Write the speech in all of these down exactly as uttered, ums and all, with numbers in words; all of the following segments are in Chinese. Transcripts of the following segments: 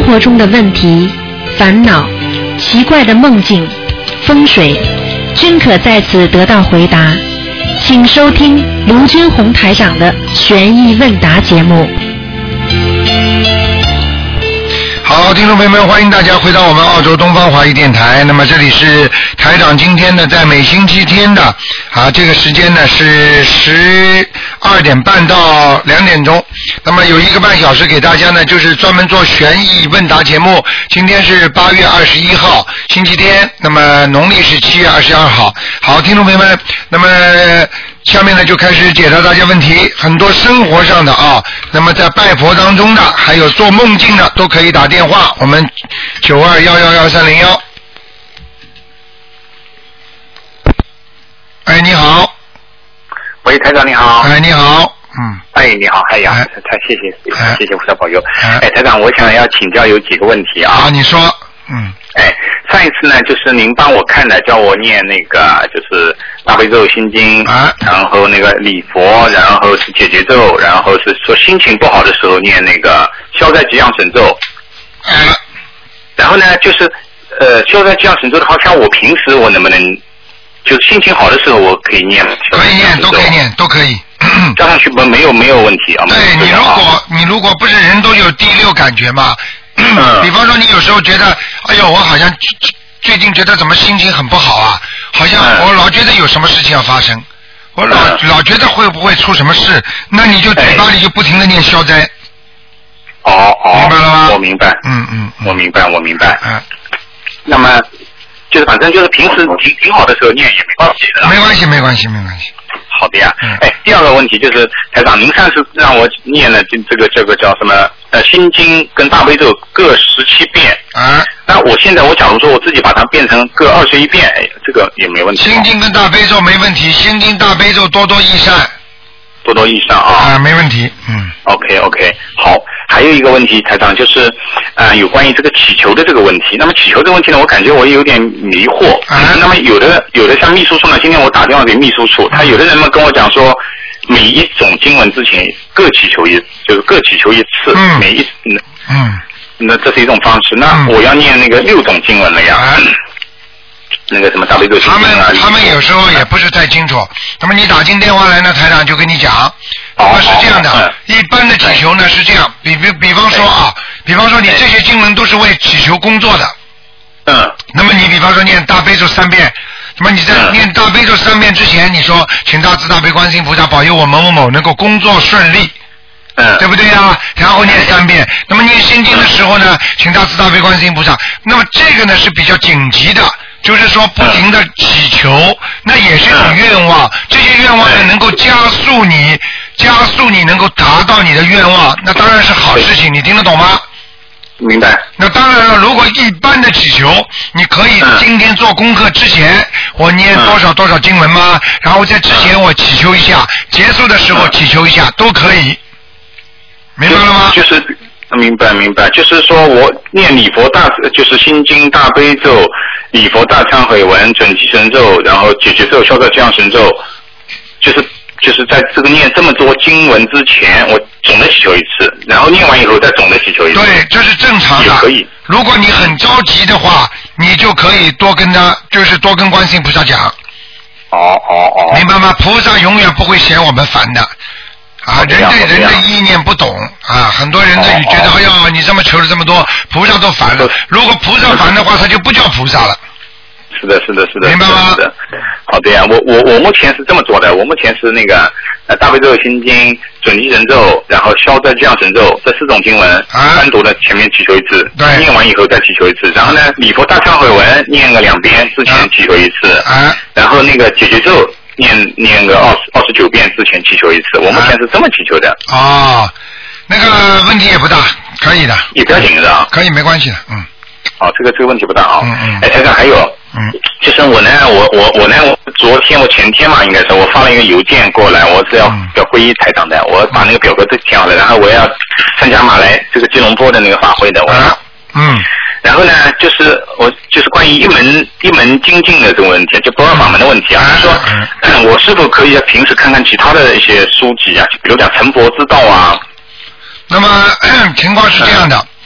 活中的问题、烦恼、奇怪的梦境、风水，均可在此得到回答。请收听卢军红台长的悬疑问答节目。 好，听众朋友们，欢迎大家回到我们澳洲东方华语电台。那么这里是台长今天呢，在每星期天的啊这个时间呢是十二点半到两点钟。那么有一个半小时给大家呢，就是专门做悬疑问答节目。今天是八月二十一号，星期天。那么农历是七月二十二号。好，听众朋友们，那么下面呢就开始解答大家问题，很多生活上的啊，那么在拜佛当中的，还有做梦境的，都可以打电话，我们九二幺幺幺三零幺。哎，你好。 喂，台长你好。 哎，你好。嗯。 哎，你好，哎呀， 哎太谢谢， 哎谢谢菩萨保佑。 哎哎，台长，我想要请教有几个问题啊。 啊，你说。嗯。 哎，上一次呢，就是您帮我看的，叫我念那个就是大悲咒心经， 啊， 然后那个礼佛，然后是解结咒，然后是说心情不好的时候念那个消灾吉祥神咒。 啊。 然后呢，就是呃消灾吉祥神咒的，好像我平时我能不能，就是心情好的时候我可以念。 可以念，都可以念，都可以。 加上去不没有没有问题啊。 对，你如果你如果不是人都有第六感觉嘛。 嗯， 比方说你有时候觉得，哎呦，我好像最近觉得怎么心情很不好啊，好像我老觉得有什么事情要发生，我老、嗯、老觉得会不会出什么事，那你就嘴巴里就不停的念消灾。 哦哦， 明白了吗？ 我明白， 嗯嗯， 我明白我明白。 嗯， 那么就是反正就是平时挺挺好的时候念也没关系的。 没关系没关系没关系。 好的呀， 嗯、 哎，第二个问题就是台长，您上次让我念了这这个这个叫什么呃心经跟大悲咒各十七遍啊， 那我现在我假如说我自己把它变成各二十一遍，哎，这个也没问题。 心经跟大悲咒没问题，心经大悲咒多多益善。 多多益善啊。 啊，没问题，嗯。 OK OK， 好，还有一个问题，台长就是呃有关于这个祈求的这个问题。那么祈求这个问题呢，我感觉我有点迷惑。 啊。 那么有的有的像秘书处呢，今天我打电话给秘书处，他有的人们跟我讲说，每一种经文之前各祈求一，就是各祈求一次， 嗯、 每一嗯嗯， 那这是一种方式。那我要念那个六种经文了呀。啊，那个什么大悲咒心经啊， 他们他们有时候也不是太清楚。那么你打进电话来呢，台长就跟你讲，那么是这样的， 哦、 一般的祈求呢是这样，比比比方说啊，比方说你这些经文都是为祈求工作的。 嗯。 那么你比方说念大悲咒三遍，那么你在念大悲咒三遍之前，你说请大慈大悲观世音菩萨保佑我某某某能够工作顺利。 嗯， 对不对啊？然后念三遍。那么念心经的时候呢，请大慈大悲观世音菩萨。那么这个呢是比较紧急的，就是说不停的祈求，那也是一种愿望。这些愿望呢能够加速你，加速你能够达到你的愿望，那当然是好事情。你听得懂吗？ 明白。 那当然了，如果一般的祈求，你可以今天做功课之前，我念多少多少经文吗？然后在之前我祈求一下，结束的时候祈求一下，都可以。明白了吗？ 就、就是明白明白，就是说我念礼佛大，就是心经大悲咒、礼佛大忏悔文、准提神咒，然后解结咒、消灾吉祥神咒，就是就是在这个念这么多经文之前，我总的祈求一次，然后念完以后再总的祈求一次。 对，这是正常的。 也可以。 如果你很着急的话，你就可以多跟他，就是多跟观世音菩萨讲。 哦哦哦。 明白吗？菩萨永远不会嫌我们烦的。啊，人对人的意念不懂啊，很多人呢你觉得哎呀，你这么求了这么多，菩萨都烦了。如果菩萨烦的话，他就不叫菩萨了。 是的，是的，是的， 明白吗？ 是的。好的呀，我我我目前是这么做的，我目前是那个呃大悲咒心经、准提神咒，然后消灾吉祥神咒这四种经文， 啊、 单独的前面祈求一次， 对， 念完以后再祈求一次，然后呢礼佛大忏悔文念个两遍，之前祈求一次， 啊、 然后那个解结咒。念念个二十二十九遍之前祈求一次，我目前是这么祈求的。 哦，那个问题也不大，可以的。 也不要紧的啊。 可以，没关系的，嗯。 哦，这个这个问题不大啊。 嗯嗯。 哎，台长还有， 嗯， 就是我呢，我我我呢，我昨天我前天嘛，应该是我发了一个邮件过来，我是要、嗯、要皈依台长的，我把那个表格都填好了，然后我要参加马来这个吉隆坡的那个法会的，我要。 啊、嗯。 然后呢，就是我就是关于一门一门精进的这个问题，就不二法门的问题啊，就是说、嗯、我是否可以平时看看其他的一些书籍啊，比如讲成佛之道啊。 那么情况是这样的，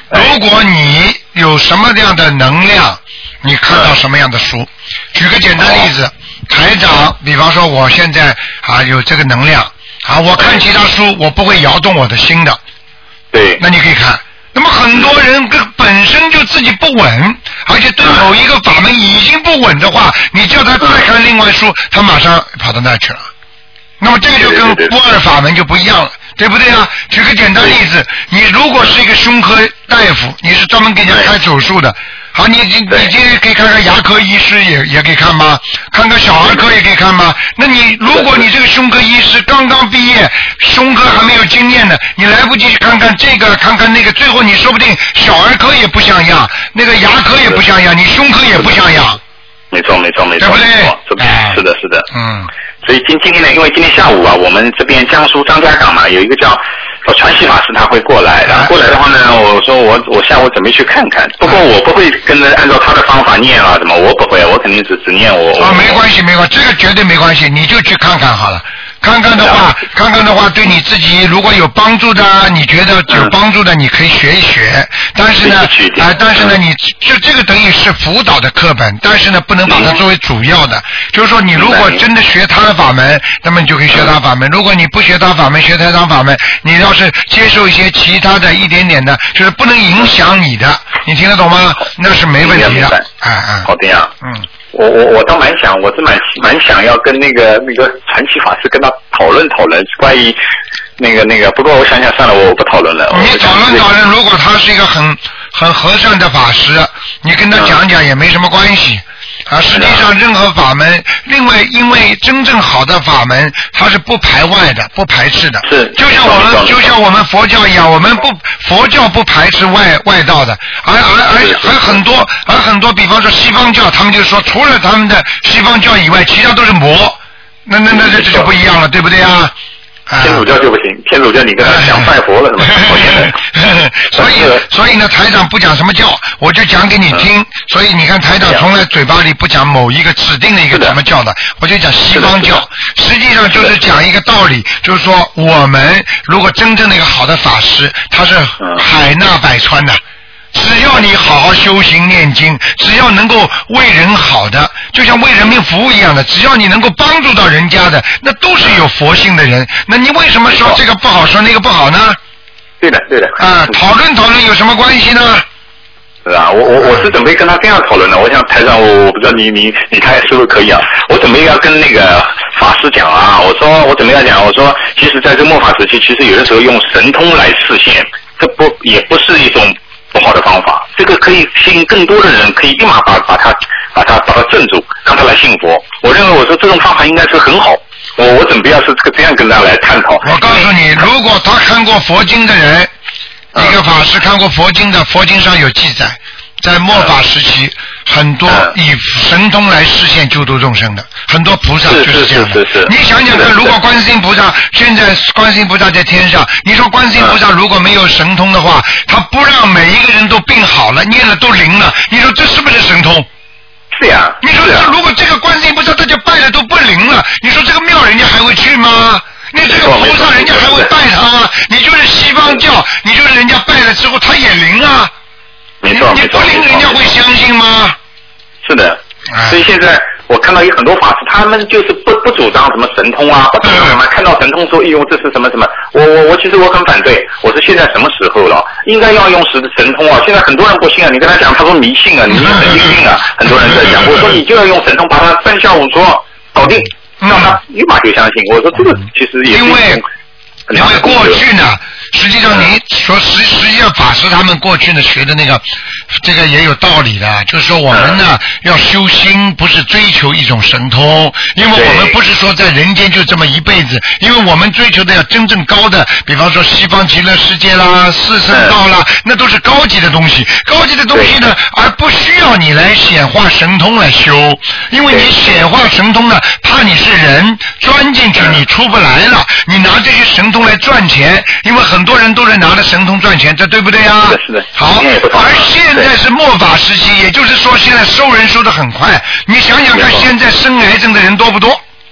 如果你有什么样的能量，你看到什么样的书？举个简单例子，台长，比方说我现在啊有这个能量啊，我看其他书我不会摇动我的心的。 对。 那你可以看。那么很多人本身就自己不稳，而且对某一个法门已经不稳的话，你叫他再看另外书，他马上跑到那去了。那么这个就跟不二法门就不一样了，对不对啊？举个简单例子，你如果是一个胸科大夫，你是专门给人家开手术的，好，你你你今天可以看看牙科医师也也可以看吗？看看小儿科也可以看吗？那你如果你这个胸科医师刚刚毕业，胸科还没有经验呢，你来不及看看这个看看那个，最后你说不定小儿科也不像样，那个牙科也不像样，你胸科也不像样。 没错没错没错， 对不对？ 是的，哎、是的是的， 嗯。 所以今今天呢，因为今天下午啊，我们这边江苏张家港嘛，有一个叫叫传习法师，他会过来，然后过来的话呢，我说我我下午准备去看看，不过我不会跟着按照他的方法念啊，什么我不会，我肯定是只念我。 啊，没关系没关系，这个绝对没关系，你就去看看好了。看看的话，看看的话，对你自己如果有帮助的，你觉得有帮助的，你可以学一学。但是呢，啊、呃，但是呢，你就这个等于是辅导的课本，但是呢，不能把它作为主要的。就是说，你如果真的学他的法门，那么你就可以学他法门；如果你不学他法门，学台长法门，你要是接受一些其他的一点点的，就是不能影响你的，你听得懂吗？那是没问题的。哎哎， 好的呀， 嗯。 我我我倒蛮想，我是蛮蛮想要跟那个那个传奇法师跟他讨论讨论关于那个那个，不过我想想算了，我不讨论了。 你讨论讨论，如果他是一个很很和善的法师，你跟他讲讲也没什么关系。啊，实际上任何法门，另外因为真正好的法门，它是不排外的，不排斥的。 是， 就像我们就像我们佛教一样，我们不佛教不排斥外外道的，而而而而很多而很多，比方说西方教，他们就说除了他们的西方教以外，其他都是魔。那那那这这就不一样了，对不对啊？ 天主教就不行，天主教你跟他讲拜佛了是吧？ 所以所以呢，台长不讲什么教，我就讲给你听。所以你看，台长从来嘴巴里不讲某一个指定的一个什么教的，我就讲西方教。实际上就是讲一个道理，就是说我们如果真正的一个好的法师，他是海纳百川的。只要你好好修行念经，只要能够为人好的，就像为人民服务一样的，只要你能够帮助到人家的，那都是有佛性的人。那你为什么说这个不好，说那个不好呢？ 对的，对的。 啊，讨论讨论有什么关系呢？ 是啊，我我我是准备跟他这样讨论的。我想台上我我不知道你你你看是不是可以啊？我准备要跟那个法师讲啊，我说我准备要讲，我说其实在这末法时期，其实有的时候用神通来示现，这不也不是一种不好的方法，这个可以吸引更多的人，可以立马把把他把他把他镇住，让他来信佛。我认为我说这种方法应该是很好，我我准备要是这个这样跟他来探讨。 我告诉你，如果他看过佛经的人，嗯、一个法师看过佛经的，佛经上有记载，在末法时期，嗯、很多以神通来实现救度众生的，很多菩萨就是这样的。 是是是是是你想想看，如果观世音菩萨现在观世音菩萨在天上，你说观世音菩萨如果没有神通的话，他不让每一个人都病好了，念了都灵了，你说这是不是神通？ 是呀。 你说这如果这个观世音菩萨大家拜了都不灵了，你说这个庙人家还会去吗？你这个菩萨人家还会拜他吗？你就是西方教，你就是人家拜了之后他也灵啊。 没错， 你不灵人家会相信吗？ 是的，所以现在我看到有很多法师，他们就是不不主张什么神通啊，不主张什么，看到神通说，哎呦，这是什么什么，我我我其实我很反对，我说现在什么时候了，应该要用神神通啊，现在很多人不信啊，你跟他讲，他说迷信啊，你神经病啊，很多人在讲，我说你就要用神通把他三下五除二搞定，让他立马就相信，我说这个其实也是因为因为过去呢。实际上，你说实实际上法师他们过去呢学的那个，这个也有道理的，就是说我们呢要修心，不是追求一种神通，因为我们不是说在人间就这么一辈子，因为我们追求的要真正高的，比方说西方极乐世界啦、四圣道啦，那都是高级的东西，高级的东西呢，而不需要你来显化神通来修，因为你显化神通呢，怕你是人钻进去你出不来了，你拿这些神通来赚钱，因为很。很多人都是拿着神通赚钱，这对不对啊？ 是的，是的。 好，而现在是末法时期，也就是说现在收人收得很快。你想想看，现在生癌症的人多不多？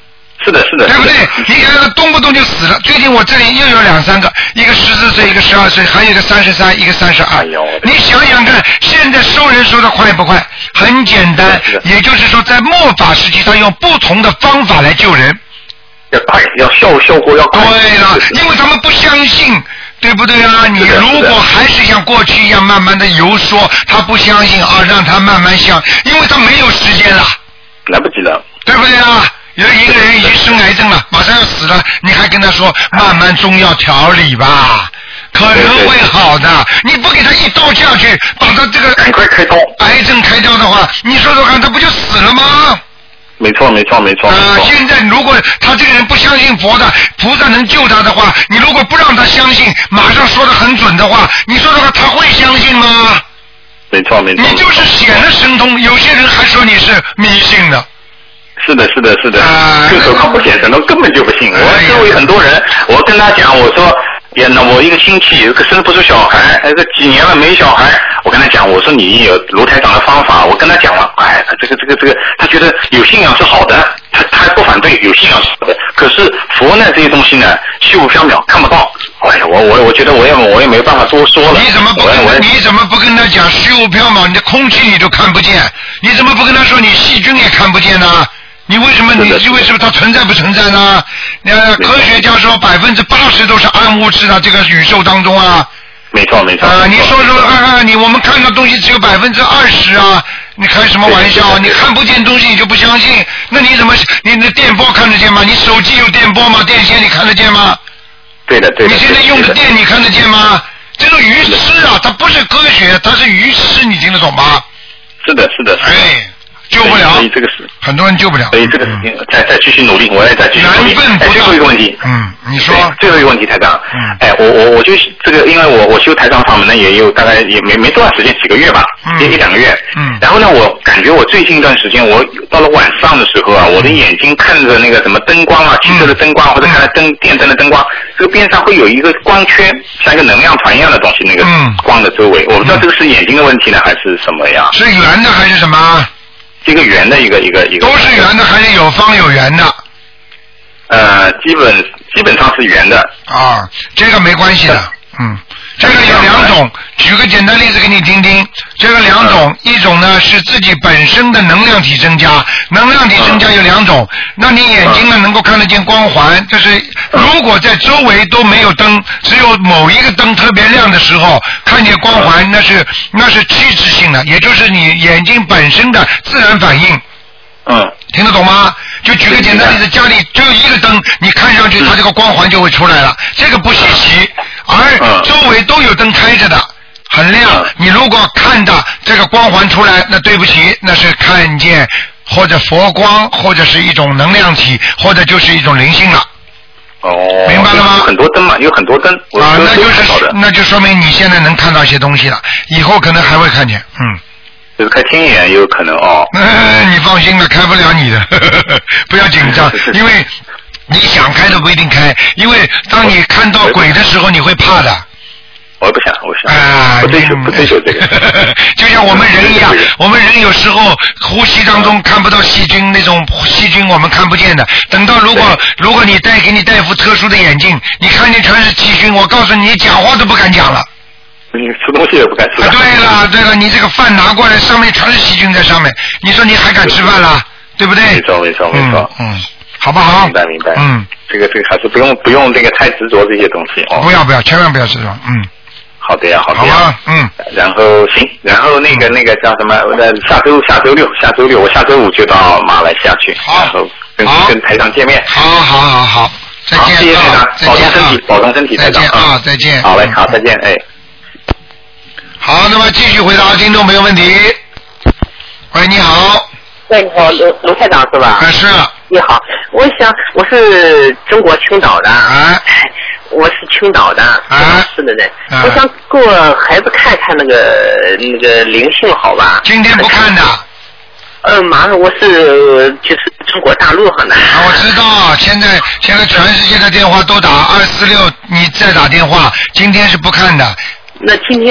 是的，是的， 对不对？你看他动不动就死了。最近我这里又有两三个，一个十四岁，一个十二岁，还有一个三十三，一个三十二。你想想看，现在收人收的快不快？很简单，也就是说，在末法时期，他用不同的方法来救人。 要快，要效效果要快。 对了，因为他们不相信。对不对啊？你如果还是像过去一样慢慢的游说，他不相信啊，让他慢慢想，因为他没有时间了， 来不及了， 对不对啊？有一个人已经生癌症了，马上要死了，你还跟他说慢慢中药调理吧，可能会好的。你不给他一刀下去，把他这个赶快开刀， 癌症开掉的话，你说说看，他不就死了吗？ 没错，没错，没错。 啊、呃，现在如果他这个人不相信佛的，菩萨能救他的话，你如果不让他相信，马上说的很准的话，你说的话他会相信吗？ 没错，没错。 你就是显了神通，有些人还说你是迷信的。 是的，是的，是的。 啊， 就何况不显神通，根本就不信。我周围很多人，我跟他讲，我说。呀，那我一个亲戚可生不出小孩，哎，这几年了没小孩，我跟他讲，我说你有卢台长的方法，我跟他讲了，哎，他这个这个这个，他觉得有信仰是好的，他他还不反对，有信仰是好的。可是佛呢这些东西呢，虚无缥缈，看不到。哎呀，我我我觉得我也我也没办法多说了。 你怎么不跟他？你怎么不跟他讲虚无缥缈？你的空气你都看不见，你怎么不跟他说你细菌也看不见呢？你为什么你为什么它存在不存在呢？呃，科学家说百分之八十都是暗物质啊，这个宇宙当中啊。 没错没错。 啊、呃，你说说看看，你我们看到东西只有百分之二十啊，你开什么玩笑？你看不见东西你就不相信？那你怎么你的电波看得见吗？你手机有电波吗？电线你看得见吗？ 对的对的。 你现在用的电你看得见吗？这个愚痴啊，它不是科学，它是愚痴，你听得懂吗？ 是的是的。是的哎。救不了， 所以这个是很多人救不了。 所以这个事情再再继续努力，我也再继续努力。哎，最后一个问题， 嗯，你说。 最后一个问题，台长。 嗯。 哎，我我我就这个，因为我我修台长法门呢，也有大概也没没多长时间，几个月吧， 嗯、 一一两个月。 嗯。 然后呢，我感觉我最近一段时间，我到了晚上的时候啊，我的眼睛看着那个什么灯光啊，汽车的灯光、嗯、或者看着灯电灯的灯光，这个边上会有一个光圈，像一个能量团一样的东西，那个光的周围，嗯、我不知道这个是眼睛的问题呢，还是什么呀？ 是圆的还是什么？ 一个圆的一个一个一个。 都是圆的还是有方有圆的？ 呃，基本基本上是圆的。 啊，这个没关系的，嗯。这个有两种，举个简单例子给你听听。这个两种，嗯、一种呢是自己本身的能量体增加，能量体增加有两种。嗯、那你眼睛呢能够看得见光环，这是如果在周围都没有灯，只有某一个灯特别亮的时候，看见光环，那是那是气质性的，也就是你眼睛本身的自然反应。 嗯， 听得懂吗？就举个简单例子，家里只有一个灯，你看上去它这个光环就会出来了，这个不稀奇。而周围都有灯开着的，很亮。你如果看到这个光环出来，那对不起，那是看见或者佛光，或者是一种能量体，或者就是一种灵性了。 哦， 明白了吗？ 有很多灯嘛，有很多灯。 啊，那就是那就说明你现在能看到一些东西了，以后可能还会看见，嗯。 就是开天眼也有可能哦。 嗯，你放心了，开不了你的，呵呵呵不要紧张，因为你想开都不一定开，因为当你看到鬼的时候，你会怕的。 我不想，我想， 啊， 不追求，不追求这个。 就像我们人一样，我们人有时候呼吸当中看不到细菌，那种细菌我们看不见的。等到如果如果你戴给你戴副特殊的眼镜，你看见全是细菌，我告诉你，你讲话都不敢讲了。 你吃东西也不敢吃。 啊，对了对了，你这个饭拿过来，上面全是细菌在上面，你说你还敢吃饭了，对不对？ 没错没错没错， 嗯，好不好？ 明白明白， 嗯， 这个这个还是不用不用这个太执着这些东西哦。 不要不要，千万不要执着，嗯。 好的呀好的呀。 好吧，嗯。 然后行，然后那个那个叫什么？呃，下周下周六下周六我下周五就到马来西亚去，然后跟跟台长见面。 好好好好，再见， 谢谢台长，保重身体，保重身体， 再见啊，再见。 好嘞，好，再见，哎。 好，那么继续回答听众没有问题。喂，你好。 喂，你好，卢卢台长是吧？ 啊，是。 你好，我想我是中国青岛的。 啊。 我是青岛的。 啊。 是的呢。 啊。 我想给我孩子看看那个那个灵性，好吧？ 今天不看的。 呃，马上我是就是中国大陆上的。 啊，我知道，现在现在全世界的电话都打二四六，你再打电话，今天是不看的。 那今天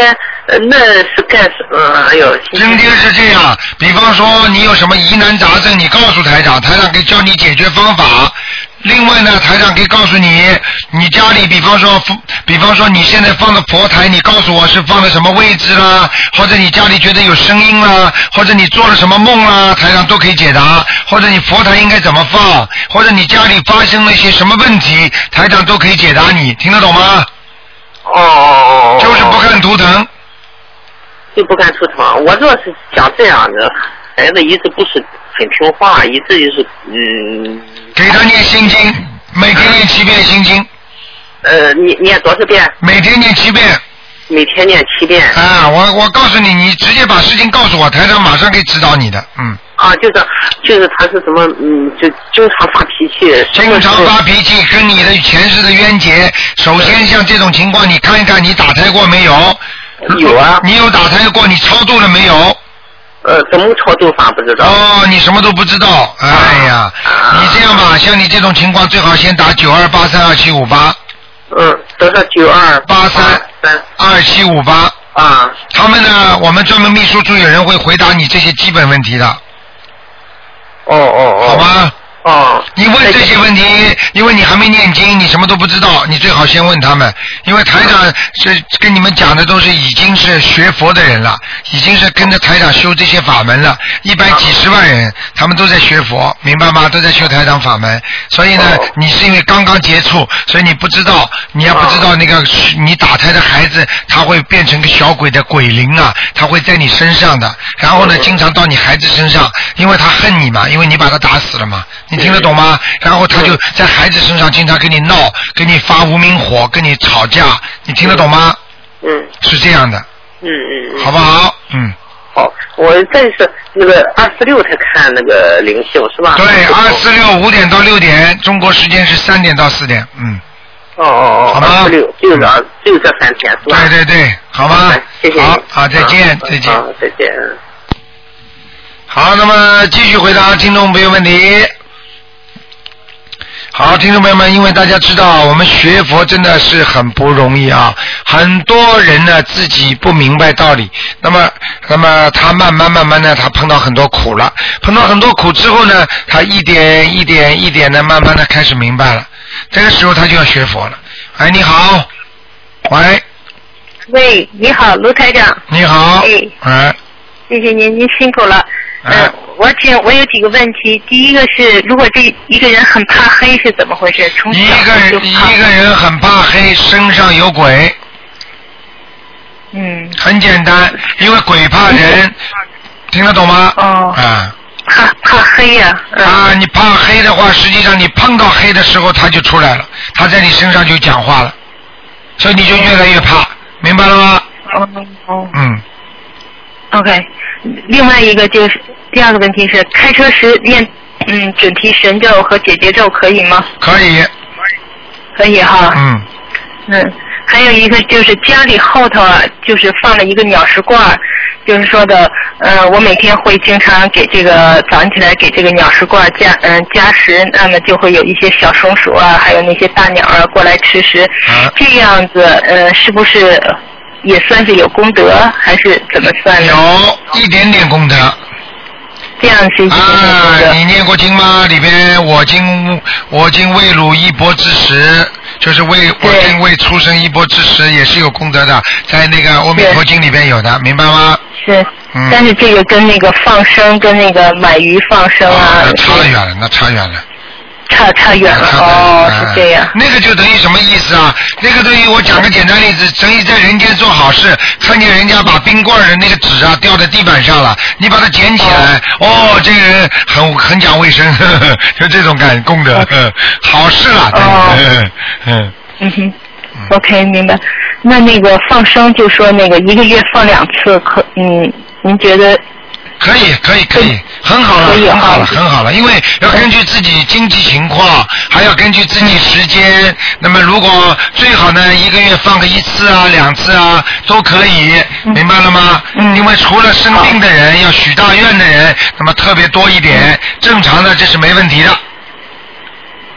呃，那是干什么？哎呦， 今天是这样，比方说你有什么疑难杂症，你告诉台长，台长可以教你解决方法。另外呢，台长可以告诉你，你家里比方说，比方说你现在放的佛台，你告诉我是放在什么位置啦，或者你家里觉得有声音啦，或者你做了什么梦啦，台长都可以解答。或者你佛台应该怎么放，或者你家里发生了一些什么问题，台长都可以解答你，听得懂吗？ 哦哦哦。 就是不看图腾。 就不看图腾，我主要是像这样的孩子，一直不是很听话，一直就是嗯。 给他念心经，每天念七遍心经。 呃，念念多少遍？ 每天念七遍。 每天念七遍。 啊，我我告诉你，你直接把事情告诉我，台长马上可以指导你的，嗯。 啊，就是就是他是什么，嗯，就经常发脾气。 经常发脾气，跟你的前世的冤结。首先，像这种情况，你看一看，你打胎过没有？ 有啊。 你有打胎过？你超度了没有？ 呃，怎么超度法不知道。 哦，你什么都不知道，哎呀，啊、你这样吧，像你这种情况，最好先打九二八三二七五八。 嗯，多少九二八三三二七五八啊？ 他们呢，我们专门秘书处有人会回答你这些基本问题的。 哦哦哦。 好吗？ 哦。 你问这些问题，因为你还没念经，你什么都不知道，你最好先问他们。因为台长是跟你们讲的都是已经是学佛的人了，已经是跟着台长修这些法门了，一百几十万人，他们都在学佛，明白吗？都在修台长法门。所以呢，你是因为刚刚接触，所以你不知道，你要不知道那个你打胎的孩子，他会变成个小鬼的鬼灵啊，他会在你身上的，然后呢，经常到你孩子身上，因为他恨你嘛，因为你把他打死了嘛。你听得懂吗？然后他就在孩子身上经常跟你闹，跟你发无名火，跟你吵架，你听得懂吗？ 嗯。 是这样的。 嗯嗯。 好不好？嗯。 好，我这是那个二四六才看那个灵性是吧？ 对，二四六五点到六点，中国时间是三点到四点，嗯。 哦哦哦。 好吗？ 二四六就这就这三天是吧？ 对对对，好吗？ 谢谢。 好，好，再见，再见。 好，再见。 好，那么继续回答听众朋友问题。好，听众朋友们，因为大家知道我们学佛真的是很不容易啊，很多人呢自己不明白道理，那么那么他慢慢慢慢的他碰到很多苦了，碰到很多苦之后呢，他一点一点一点的慢慢的开始明白了，这个时候他就要学佛了。哎，你好，喂， 喂，你好，卢台长。 你好。 哎。 哎。 谢谢您，您辛苦了。嗯、呃，我请我有几个问题。第一个是，如果这一个人很怕黑是怎么回事？从小一个人一个人很怕黑，身上有鬼。 嗯。 很简单，因为鬼怕人，听得懂吗？ 哦。 啊。 怕怕黑呀、啊。 啊，你怕黑的话，实际上你碰到黑的时候，他就出来了，他在你身上就讲话了，所以你就越来越怕，明白了吗？ 哦哦。 嗯。 OK， 另外一个就是第二个问题是，开车时念嗯准提神咒和解结咒可以吗？ 可以。 可以哈。 嗯。 嗯，还有一个就是家里后头啊，就是放了一个鸟食罐，就是说的，呃，我每天会经常给这个早上起来给这个鸟食罐加嗯、呃、加食，那么就会有一些小松鼠啊，还有那些大鸟啊过来吃食， 啊、 这样子呃是不是？也算是有功德，还是怎么算呢？ 有一点点功德。 这样是一点点功德。 啊，你念过经吗？里边我今我今未汝一钵之时，就是为我今未出生一钵之时，也是有功德的，在那个《阿弥陀经》里边有的，明白吗？ 是。 嗯。 但是这个跟那个放生，跟那个买鱼放生啊。 啊，那差得远了，那差远了。 差差远了哦，是这样。 那个就等于什么意思啊？那个等于我讲个简单例子，等于在人间做好事，看见人家把冰棍的那个纸啊掉在地板上了，你把它捡起来，哦，哦这个人很很讲卫生，呵呵就这种感功德，呵好事了。 哦。 嗯嗯哼 ，OK， 明白。那那个放生就说那个一个月放两次，可嗯，您觉得？ 可以，可以，可以，很好了，很好了，很好了。因为要根据自己经济情况，还要根据自己时间。那么，如果最好呢，一个月放个一次啊、两次啊，都可以，明白了吗？嗯。因为除了生病的人，要许大愿的人，那么特别多一点。正常的这是没问题的。 嗯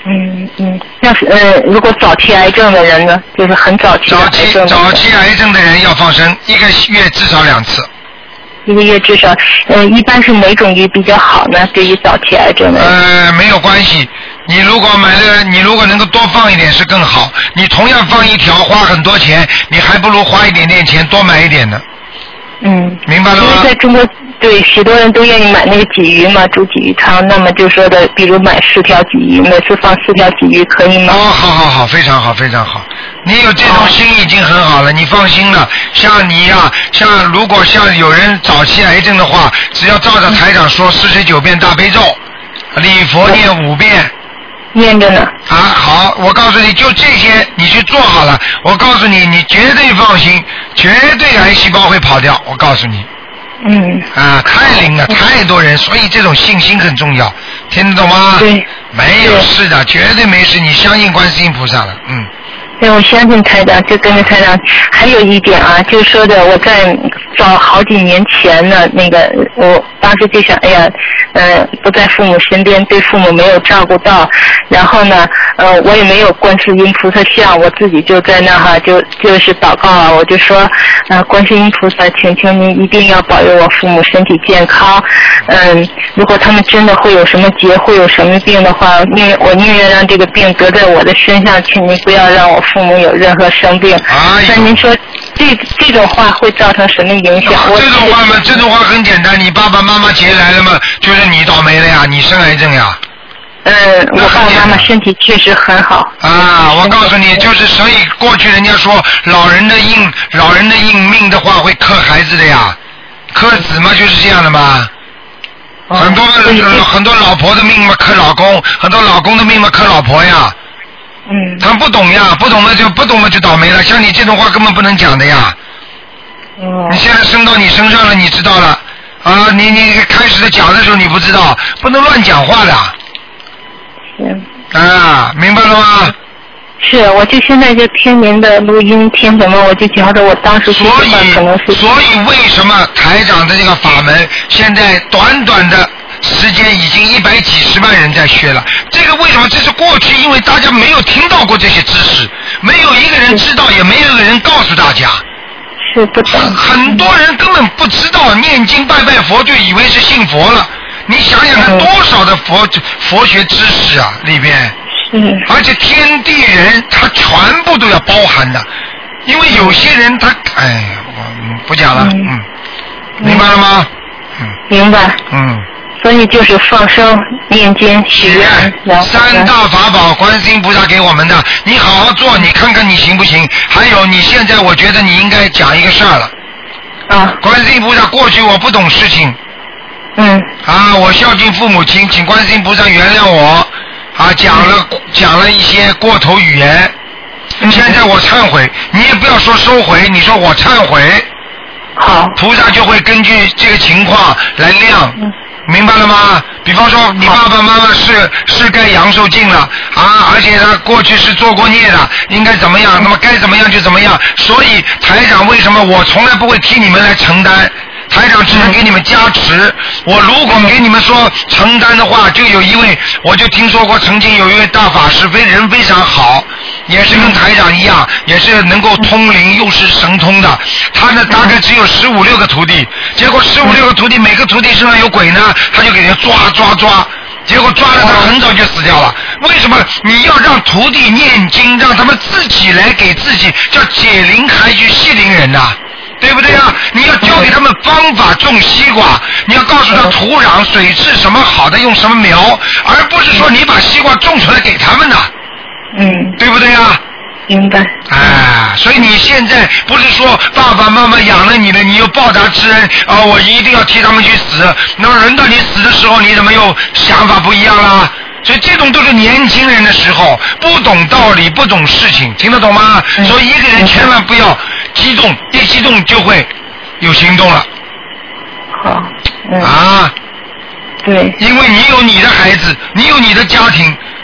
嗯，要是呃，如果早期癌症的人呢，就是很早期早期早期癌症的人要放生，一个月至少两次。 一个月至少，呃，一般是哪种鱼比较好呢？对于早期癌症的人？ 呃，没有关系。你如果买了，你如果能够多放一点是更好。你同样放一条花很多钱，你还不如花一点点钱多买一点呢。 嗯， 明白了吗？ 因为在中国，对许多人都愿意买那个鲫鱼嘛，煮鲫鱼汤。那么就说的，比如买四条鲫鱼，每次放四条鲫鱼，可以吗？ 哦，好好好，非常好，非常好。你有这种心已经很好了，你放心了。像你呀、啊，像如果像有人早期癌症的话，只要照着台长说四十九遍大悲咒，礼佛念五遍。 念着呢。 啊，好，我告诉你，就这些你去做好了，我告诉你，你绝对放心，绝对癌细胞会跑掉，我告诉你。 嗯。 啊，太灵了，太多人，所以这种信心很重要，听得懂吗？ 对。 没有事的，绝对没事，你相信观世音菩萨了，嗯。 对，我相信台长，就跟着台长。还有一点啊，就是说的，我在早好几年前呢，那个我当时就想，哎呀，呃，不在父母身边，对父母没有照顾到，然后呢，呃，我也没有观世音菩萨像，我自己就在那哈，就就是祷告啊，我就说，呃，观世音菩萨，请求您一定要保佑我父母身体健康，嗯，如果他们真的会有什么劫，会有什么病的话，宁我宁愿让这个病得在我的身上，请您不要让我父母有任何生病。 哎、 那您说这这种话会造成什么影响？ 啊、这种话嘛，这种话很简单，你爸爸妈妈劫来了嘛，就是你倒霉了呀，你生癌症呀。 嗯，我爸爸妈妈身体确实很好。 啊，我告诉你，就是所以过去人家说老人的硬老人的硬命的话会克孩子的呀，克子嘛就是这样的嘛。哦、很多很多老婆的命嘛克老公，很多老公的命嘛克老婆呀。 嗯， 他们不懂呀，不懂了就不懂了就倒霉了。像你这种话根本不能讲的呀。 哦。 你现在升到你身上了，你知道了啊？你你开始的讲的时候你不知道，不能乱讲话的。 行。 啊，明白了吗？ 是，我就现在就听您的录音，听什么我就觉得我当时这句话可能是。 所以为什么台长的这个法门现在短短的时间已经一百几十万人在学了？这个为什么？这是过去因为大家没有听到过这些知识，没有一个人知道，也没有一个人告诉大家。 是不懂。 很多人根本不知道念经拜拜佛就以为是信佛了。你想想看，多少的佛佛学知识啊里边。 嗯。 而且天地人他全部都要包含的，因为有些人他哎，我不讲了，嗯，嗯明白了吗？嗯， 明白。 嗯。 所以就是放生、念经、许愿， 三大法宝，观世音菩萨给我们的，你好好做，你看看你行不行？还有，你现在我觉得你应该讲一个事儿了。 啊。 观世音菩萨，过去我不懂事情。 嗯。 啊，我孝敬父母亲，请观世音菩萨原谅我。啊，讲了、嗯、讲了一些过头语言。嗯。现在我忏悔，你也不要说收回，你说我忏悔。 好。 菩萨就会根据这个情况来量。嗯。明白了吗？比方说你爸爸妈妈是是该阳寿尽了啊，而且他过去是做过孽的，应该怎么样？那么该怎么样就怎么样。所以台长为什么我从来不会替你们来承担？台长只能给你们加持。我如果给你们说承担的话，就有一位，我就听说过曾经有一位大法师，非人非常好，也是跟台长一样，也是能够通灵又是神通的。他呢大概只有十五六个徒弟，结果十五六个徒弟每个徒弟身上有鬼呢，他就给人抓抓抓，结果抓了他很早就死掉了。为什么你要让徒弟念经，让他们自己来给自己叫解铃还须系铃人呐、啊？对不对啊？你要教给他们方法种西瓜，你要告诉他土壤、水质什么好的用什么苗，而不是说你把西瓜种出来给他们的。 嗯， 对不对啊？ 明白。 哎，所以你现在不是说爸爸妈妈养了你的，你有报答之恩啊，我一定要替他们去死。那么轮到你死的时候，你怎么又想法不一样啦？所以这种都是年轻人的时候，不懂道理，不懂事情，听得懂吗？嗯、所以一个人千万不要激动，一激动就会有行动了。 好。嗯、 啊。 对。 因为你有你的孩子，你有你的家庭，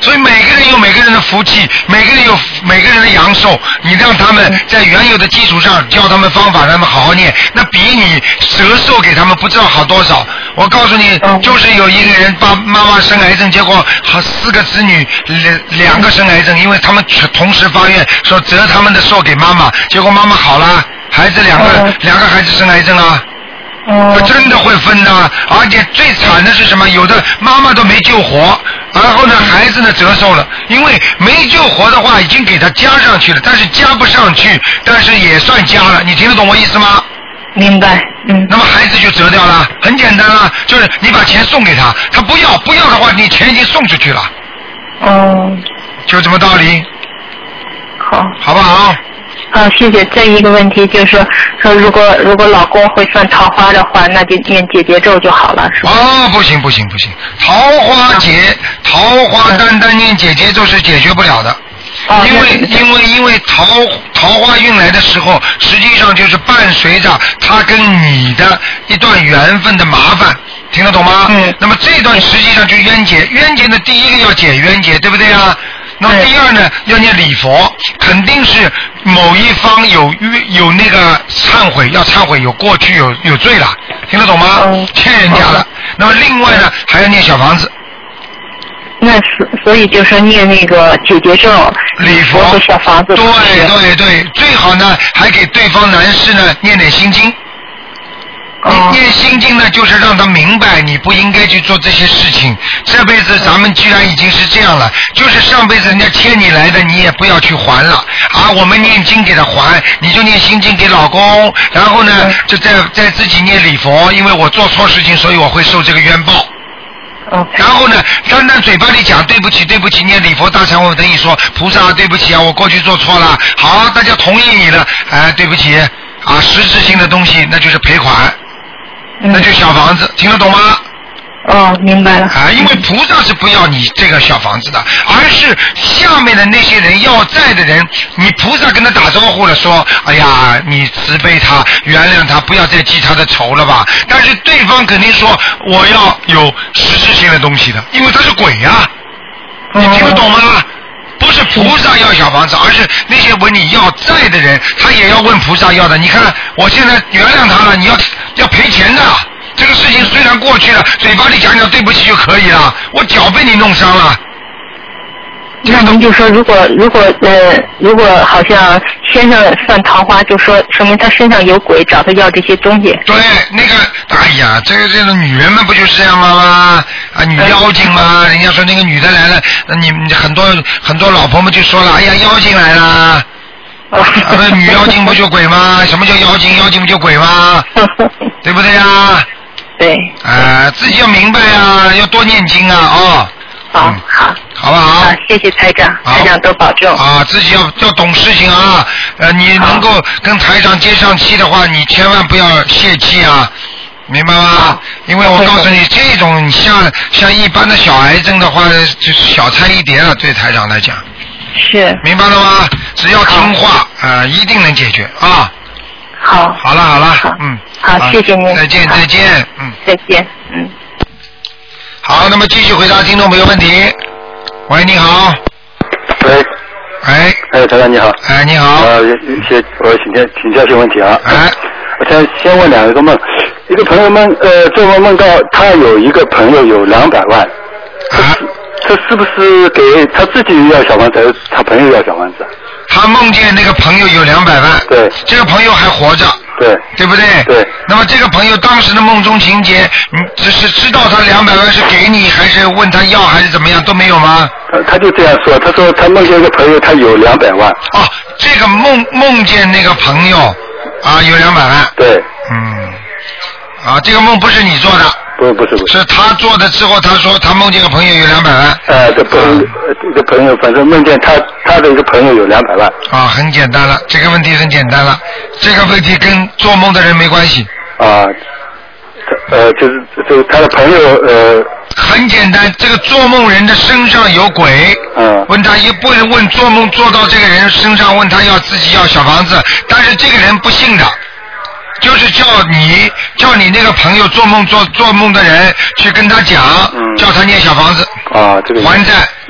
所以每个人有每个人的福气，每个人有每个人的阳寿，你让他们在原有的基础上教他们方法，让他们好好念，那比你折寿给他们不知道好多少。我告诉你，就是有一个人爸妈妈生癌症，结果好四个子女两两个生癌症，因为他们同时发愿说折他们的寿给妈妈，结果妈妈好了，孩子两个两个孩子生癌症啊。哦，真的会分的，而且最惨的是什么？有的妈妈都没救活，然后呢，孩子呢折寿了，因为没救活的话，已经给他加上去了，但是加不上去，但是也算加了，你听得懂我意思吗？ 明白，嗯。 那么孩子就折掉了，很简单啊，就是你把钱送给他，他不要，不要的话，你钱已经送出去了。 哦。 就这么道理。 好。 好不好？ 啊，谢谢。再一个问题就是说，说如果如果老公会犯桃花的话，那就念解结咒就好了，是吧？ 哦，不行不行不行，桃花解、啊、桃花单单念解结咒是解决不了的。哦、因为因为因为桃桃花运来的时候，实际上就是伴随着他跟你的一段缘分的麻烦，听得懂吗？嗯。那么这段实际上就冤结，冤结的第一个要解冤结，对不对啊？那么第二呢，要念礼佛，肯定是某一方有有那个忏悔，要忏悔，有过去有有罪了，听得懂吗？嗯、欠人家了。那么另外呢，还要念小房子。 那所所以就是念那个解结咒、 礼佛和小房子。 对对对，最好呢还给对方男士呢念点心经。 哦、 念心经呢，就是让他明白你不应该去做这些事情。这辈子咱们既然已经是这样了，就是上辈子人家欠你来的，你也不要去还了啊！我们念经给他还，你就念心经给老公，然后呢，就再再自己念礼佛，因为我做错事情，所以我会受这个冤报。 Okay. 然后呢，单单嘴巴里讲对不起对不起，念礼佛大忏悔等于说菩萨对不起啊，我过去做错了，好，大家同意你了，哎，对不起啊，实质性的东西那就是赔款。那就小房子，听得懂吗？ 哦，明白了。 啊，因为菩萨是不要你这个小房子的，而是下面的那些人要债的人，你菩萨跟他打招呼了，说，哎呀，你慈悲他，原谅他，不要再记他的仇了吧。但是对方肯定说，我要有实质性的东西的，因为他是鬼呀、啊，你听得懂吗？哦，不是菩萨要小房子，而是那些问你要债的人，他也要问菩萨要的。你看，我现在原谅他了，你要要赔钱的。这个事情虽然过去了，嘴巴里讲讲对不起就可以了，我脚被你弄伤了。 那您就说，如果如果呃，如果好像身上犯桃花，就说说明他身上有鬼找他要这些东西。 对，那个，哎呀，这个这个女人们不就是这样吗？啊，女妖精吗？人家说那个女的来了，你很多很多老婆们就说了，哎呀，妖精来了。啊，不，女妖精不就鬼吗？什么叫妖精？妖精不就鬼吗？对不对呀？ 对。 啊、呃，自己要明白啊，要多念经啊，哦。 好，嗯、好， 好不好？ 好，谢谢台长，台长多保重。 啊，自己要要懂事情啊。呃，你能够跟台长接上气的话，你千万不要泄气啊，明白吗？因为我告诉你，这种像像一般的小癌症的话，就是小菜一碟了，对台长来讲。 是。 明白了吗？只要听话，啊、呃，一定能解决啊。 好。 好了好了，嗯。 好，谢谢您。 再见再见，嗯。 再见，嗯。 好，那么继续回答听众朋友问题。喂，你好。 喂。 哎。 哎，台长你好。 哎，你好。 呃，先我请教请教一些问题啊。 哎。 我先先问两个梦，一个朋友梦呃做梦梦到他有一个朋友有两百万。 啊。 这是不是给他自己要小房子，还是他朋友要小房子？ 他梦见那个朋友有两百万。 对。 这个朋友还活着。 对。 对不对？ 对。 那么这个朋友当时的梦中情节，你只是知道他两百万是给你，还是问他要，还是怎么样，都没有吗？ 他他就这样说，他说他梦见一个朋友，他有两百万。 哦，这个梦梦见那个朋友啊有两百万。 对。 嗯。啊，这个梦不是你做的。 不不是不是。是他做的之后，他说他梦见个朋友有两百万。 呃，这朋友、啊、这个朋友反正梦见他他的一个朋友有两百万。 啊，很简单了，这个问题很简单了，这个问题跟做梦的人没关系。 啊，呃，就是就是他的朋友呃。 很简单，这个做梦人的身上有鬼。 嗯。 问他也不能问做梦做到这个人身上，问他要自己要小房子，但是这个人不信的。就是叫你叫你那个朋友做梦做做梦的人去跟他讲、嗯，叫他念小房子啊，这个还债， 嗯，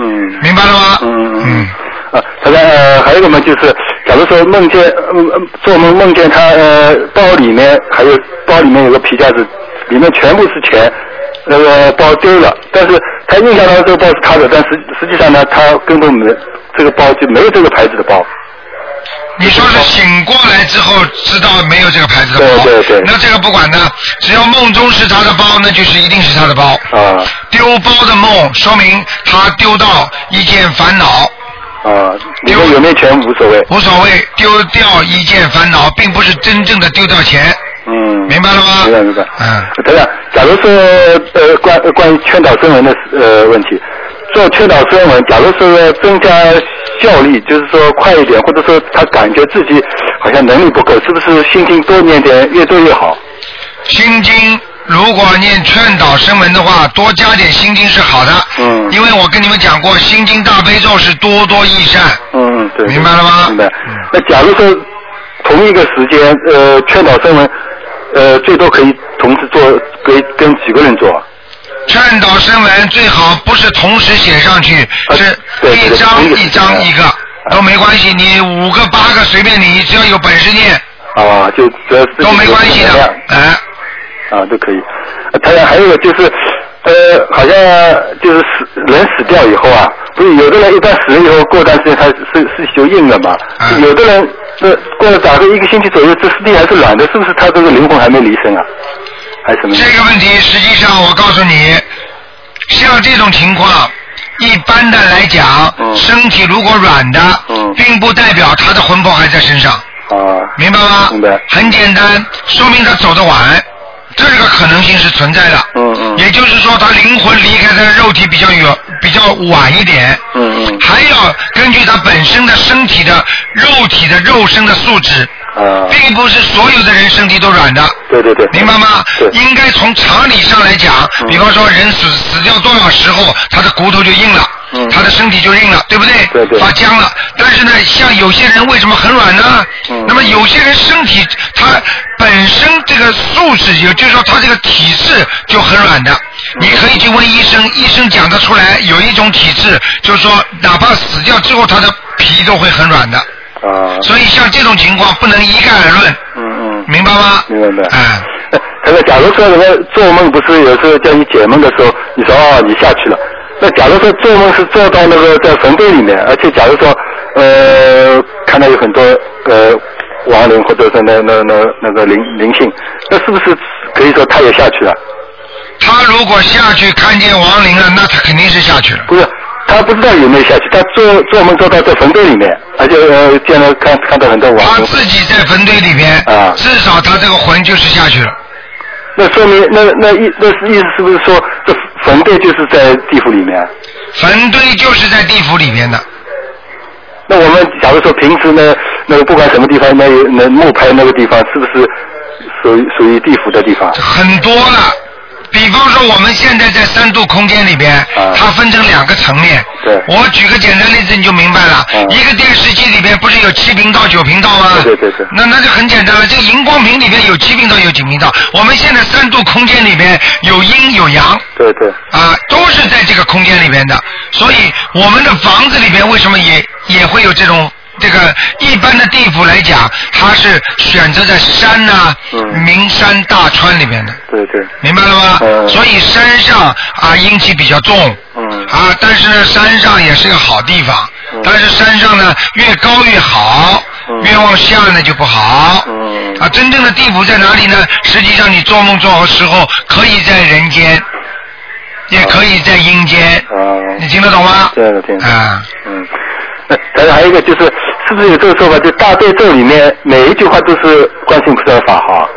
明白了吗？ 嗯嗯。啊，他说呃还有一个梦就是，假如说梦见嗯做梦梦见他呃包里面还有包里面有个皮夹子，里面全部是钱，那个包丢了，但是他印象当中这个包是他的，但实实际上呢他根本没这个包就没有这个牌子的包。 你说是醒过来之后知道没有这个牌子的包， 对对对， 那这个不管的，只要梦中是他的包，那就是一定是他的包。 啊， 丢包的梦说明他丢到一件烦恼。 啊，丢有没有钱无所谓。 无所谓，丢掉一件烦恼，并不是真正的丢掉钱。 嗯， 明白了吗？ 明白明白。 嗯， 对了，假如说呃关关于劝导声闻的呃问题，做劝导声闻，假如说增加效率，就是说快一点，或者说他感觉自己好像能力不够，是不是心经多念点，越多越好？ 心经如果念劝导声闻的话，多加点心经是好的。 嗯。 因为我跟你们讲过，心经大悲咒是多多益善。 嗯嗯，对。 明白了吗？ 明白。那假如说同一个时间，呃，劝导声闻，呃，最多可以同时做，可以跟几个人做？ 劝导声闻最好不是同时写上去， 啊、 是一张一张一个都没关系，你五个八个随便你，只要有本事念。 啊，就只要都没关系的，哎。 啊，都可以。当然还有一个就是，呃，好像就是死人死掉以后啊，不是有的人一般死了以后过段时间他是是就硬了嘛，嗯、有的人呃过了大概一个星期左右，这尸体还是软的，是不是他这个灵魂还没离身啊？还是什么？ 这个问题实际上我告诉你，像这种情况，一般的来讲，嗯、身体如果软的，嗯、并不代表他的魂魄还在身上。 啊， 明白吗？ 明白。 很简单，说明他走得晚。这个可能性是存在的， 嗯嗯， 也就是说，他灵魂离开他的肉体比较远，比较晚一点， 嗯嗯， 还要根据他本身的身体的肉体的肉身的素质， 啊， 并不是所有的人身体都软的， 对对对， 明白吗？ 对， 应该从常理上来讲，嗯、比方说人死死掉多少时候，他的骨头就硬了。嗯、他的身体就硬了，对不对？ 对对。 发僵了。但是呢，像有些人为什么很软呢？嗯。那么有些人身体他本身这个素质，也就是说他这个体质就很软的。嗯、你可以去问医生，医生讲得出来，有一种体质，就是说哪怕死掉之后，他的皮都会很软的。 啊。 所以像这种情况不能一概而论。 嗯嗯。 明白吗？ 明白明白。 哎。 他说，假如说人家做梦不是有时候叫你解梦的时候，你说哦你下去了。那假如说做梦是做到那个在坟堆里面，而且假如说呃看到有很多呃亡灵或者是那那那那个灵灵性，那是不是可以说他也下去了？ 他如果下去看见亡灵了，那他肯定是下去了。 不是，他不知道有没有下去，他做做梦做到在坟堆里面，而且呃见到看看到很多亡灵。 他自己在坟堆里面啊，至少他这个魂就是下去了。 那说明那那意那是意思是不是说这坟堆就是在地府里面？ 坟堆就是在地府里面的。 那我们假如说平时呢，那个不管什么地方，那那木牌那个地方是不是属于属于地府的地方？ 很多了。比方说我们现在在三度空间里边，啊、它分成两个层面。 对。 我举个简单例子你就明白了。 啊、 一个电视机里边不是有七频道、九频道吗？ 对对对。 那那就很简单了，这个荧光屏里边有七频道、有九频道。我们现在三度空间里边有阴有阳。 对对。 啊，都是在这个空间里边的。所以我们的房子里边为什么也也会有这种？这个一般的地府来讲，它是选择在山呐、啊、嗯、名山大川里面的。 对对。 明白了吗？嗯。所以山上啊阴气比较重。嗯。啊，但是呢，山上也是个好地方。嗯。但是山上呢，越高越好，嗯、越往下呢就不好。嗯。啊，真正的地府在哪里呢？实际上，你做梦做的时候，可以在人间，也可以在阴间。啊。你听得懂吗？ 听得懂。 啊。 嗯。但是还有一个就是，是不是有这个说法？就大悲咒里面每一句话都是观世音菩萨的法号？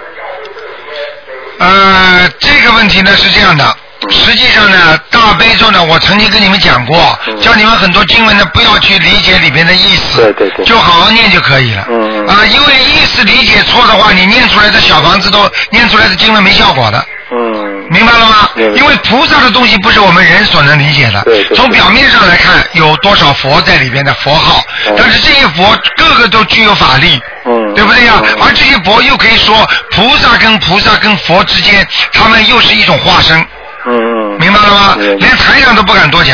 呃，这个问题呢是这样的，实际上呢，大悲咒呢，我曾经跟你们讲过，嗯、叫你们很多经文呢不要去理解里边的意思， 对对对， 就好好念就可以了。嗯啊、呃，因为意思理解错的话，你念出来的小房子都念出来的经文没效果的。 嗯， 明白了吗？因为菩萨的东西不是我们人所能理解的。 对对对， 从表面上来看，有多少佛在里边的佛号，嗯、但是这些佛个个都具有法力，嗯，对不对呀？嗯、而这些佛又可以说，菩萨跟菩萨跟佛之间，他们又是一种化身。嗯嗯，明白了吗？连台长都不敢多讲。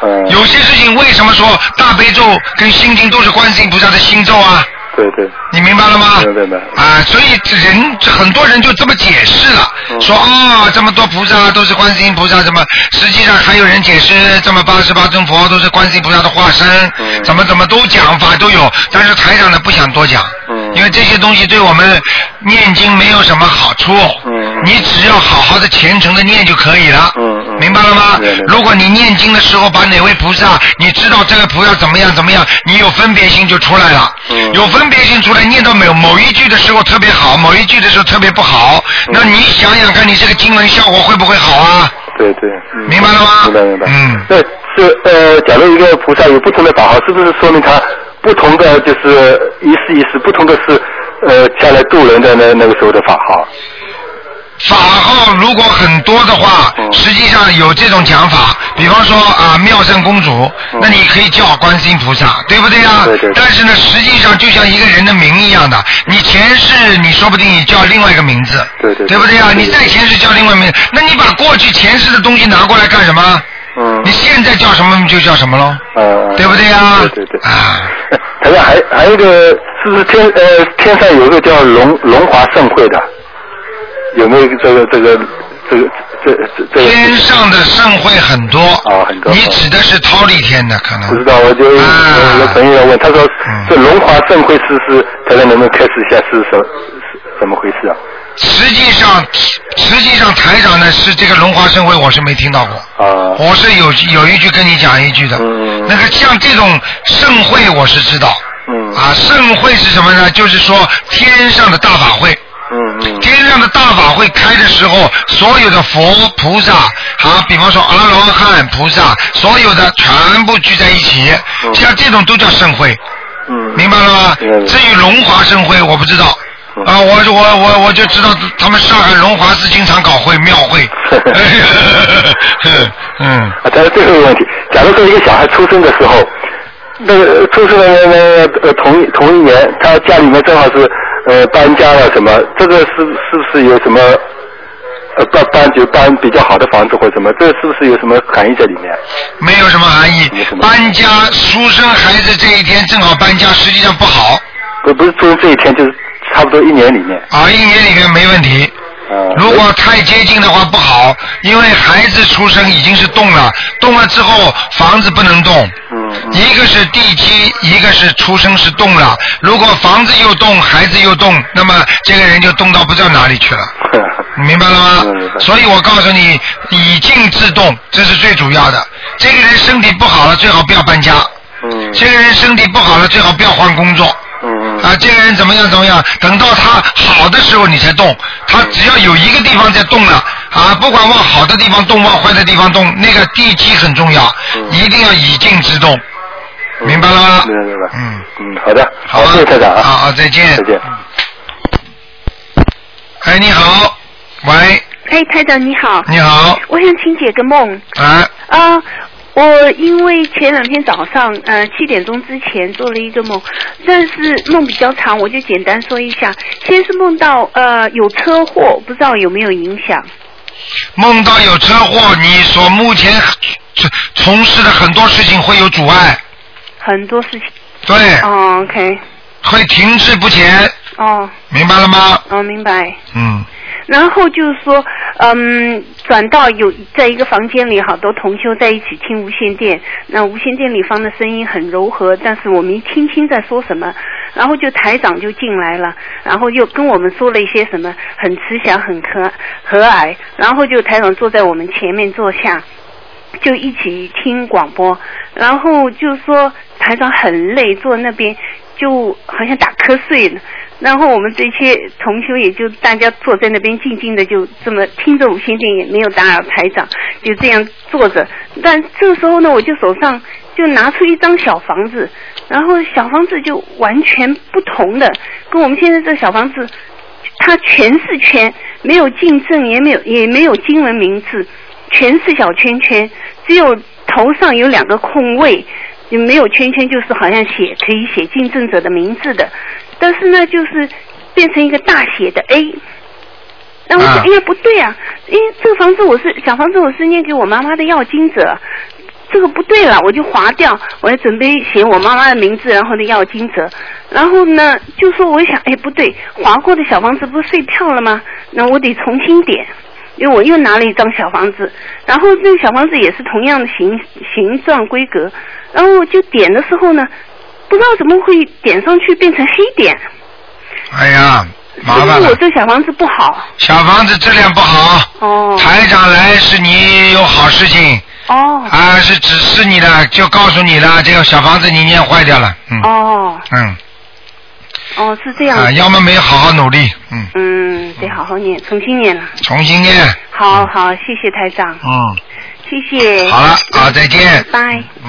嗯。 有些事情为什么说大悲咒跟心经都是观世音菩萨的心咒啊？ 对对。 你明白了吗？ 明白明白。 啊，所以人很多人就这么解释了， 嗯、 说哦，这么多菩萨都是观世音菩萨，怎么实际上还有人解释这么八十八尊佛都是观世音菩萨的化身， 嗯、 怎么怎么都讲法都有，但是台长呢不想多讲， 嗯、 因为这些东西对我们念经没有什么好处， 嗯、 你只要好好的虔诚的念就可以了， 嗯嗯、 明白了吗？ 嗯、 如果你念经的时候把哪位菩萨，你知道这个菩萨怎么样怎么样，你有分别心就出来了， 嗯、 有分别心出来，念到某某一句的时候特别好，某一句的时候特别不好，嗯、那你想想看，你这个经文效果会不会好啊？ 对对，嗯、 明白了吗？ 明白明白。 嗯， 那是呃，假如一个菩萨有不同的法号，是不是说明他不同的就是一世一世不同的是呃下来渡人的那那个时候的法号？ 法号如果很多的话， 嗯、 实际上有这种讲法，比方说啊，妙胜公主， 嗯、 那你可以叫观世音菩萨，对不对啊？ 对对对。 但是呢，实际上就像一个人的名一样的，你前世你说不定你叫另外一个名字， 对对对， 对不对啊？ 对对对， 你在前世叫另外一个名字，那你把过去前世的东西拿过来干什么？ 嗯。 你现在叫什么就叫什么喽？ 嗯。 对不对啊？ 对对对。 啊。 好像还还有一个，是不是天呃天上有一个叫龙龙华盛会的？有没有这个这个这个这这这？ 天上的盛会很多啊，很多。 你指的是忉利天的可能？ 不知道，我就有个朋友要问，他说这龙华盛会是是，大家能不能开始一下是什是怎么回事啊？ 实际上，实际上台长呢是这个龙华盛会，我是没听到过。 啊。 我是有有一句跟你讲一句的。 嗯。 那个像这种盛会，我是知道。 嗯。 啊，盛会是什么呢？就是说天上的大法会。 嗯嗯。 天上的大法会开的时候，所有的佛菩萨，啊，比方说阿罗汉菩萨，所有的全部聚在一起， 嗯、 像这种都叫盛会。 嗯。 明白了吗？ 嗯、 至于龙华盛会，我不知道。啊，我我我我就知道他们上海龙华寺经常搞会庙会。嗯。 啊，再最后一个问题，假如说一个小孩出生的时候，那个出生的那个呃同一同一年，他家里面正好是呃搬家了什么，这个是是不是有什么呃搬搬就搬比较好的房子或者什么，这是不是有什么含义在里面？ 没有什么含义。搬家出生孩子这一天正好搬家，实际上不好。 不不是出生这一天，就是差不多一年里面。 啊，一年里面没问题。 嗯、 如果太接近的话不好，因为孩子出生已经是动了，动了之后房子不能动。 嗯嗯、 一个是地基，一个是出生是动了。如果房子又动，孩子又动，那么这个人就动到不知道哪里去了。你明白了吗？ 嗯、 所以我告诉你，以静制动，这是最主要的。这个人身体不好了，最好不要搬家。 嗯、 这个人身体不好了，最好不要换工作。 嗯、 啊，这个人怎么样怎么样？等到他好的时候你才动，他只要有一个地方在动了，啊，不管往好的地方动，往坏的地方动，那个地基很重要， 嗯、 一定要以静制动，嗯、明白了吗？ 明白明白。 嗯嗯，好的， 好吧， 谢谢台长啊。 好好，再见。 再见。 哎，你好，喂。 哎，台长你好。 你好。 我想请解个梦。 啊。 啊。我因为前两天早上，呃，七点钟之前做了一个梦，但是梦比较长，我就简单说一下。先是梦到呃有车祸，不知道有没有影响。 梦到有车祸，你所目前从事的很多事情会有阻碍。 很多事情。 对。 哦 ，OK。 会停滞不前。 哦。 明白了吗？ 哦，明白。 嗯。 然后就是说，嗯，转到有在一个房间里，好多同修在一起听无线电，那无线电里放的声音很柔和，但是我没听清在说什么。然后就台长就进来了，然后又跟我们说了一些什么很慈祥、很和和蔼，然后就台长坐在我们前面坐下，就一起听广播。然后就说台长很累，坐那边就好像打瞌睡了。然后我们这些同修也就大家坐在那边静静的，就这么听着无线电，也没有打扰台长，就这样坐着。但这时候呢，我就手上就拿出一张小房子，然后小房子就完全不同的，跟我们现在这小房子，它全是圈，没有进正，也没有也没有经文名字，全是小圈圈，只有头上有两个空位，也没有圈圈，就是好像写可以写进正者的名字的。但是呢，就是变成一个大写的 A。那我想，哎呀，不对啊！因为这个房子我是小房子，我是念给我妈妈的要经者， 这个不对了，我就划掉，我还准备写我妈妈的名字，然后呢要金折，然后呢就说我想，哎不对，划过的小房子不是废票了吗？那我得重新点，因为我又拿了一张小房子，然后这个小房子也是同样的形形状规格，然后我就点的时候呢，不知道怎么会点上去变成黑点。 哎呀，麻烦了。 是不是我这小房子不好？ 小房子质量不好。 哦。 台长来是你有好事情。 哦。 啊，是指示你的，就告诉你了，这个小房子你念坏掉了。嗯。 哦。 嗯。 哦，是这样。 啊，要么没有好好努力。嗯。 嗯，得好好念，重新念了。 重新念。 好好，谢谢台长。 嗯。 谢谢。 好了，啊，再见。 拜。 嗯。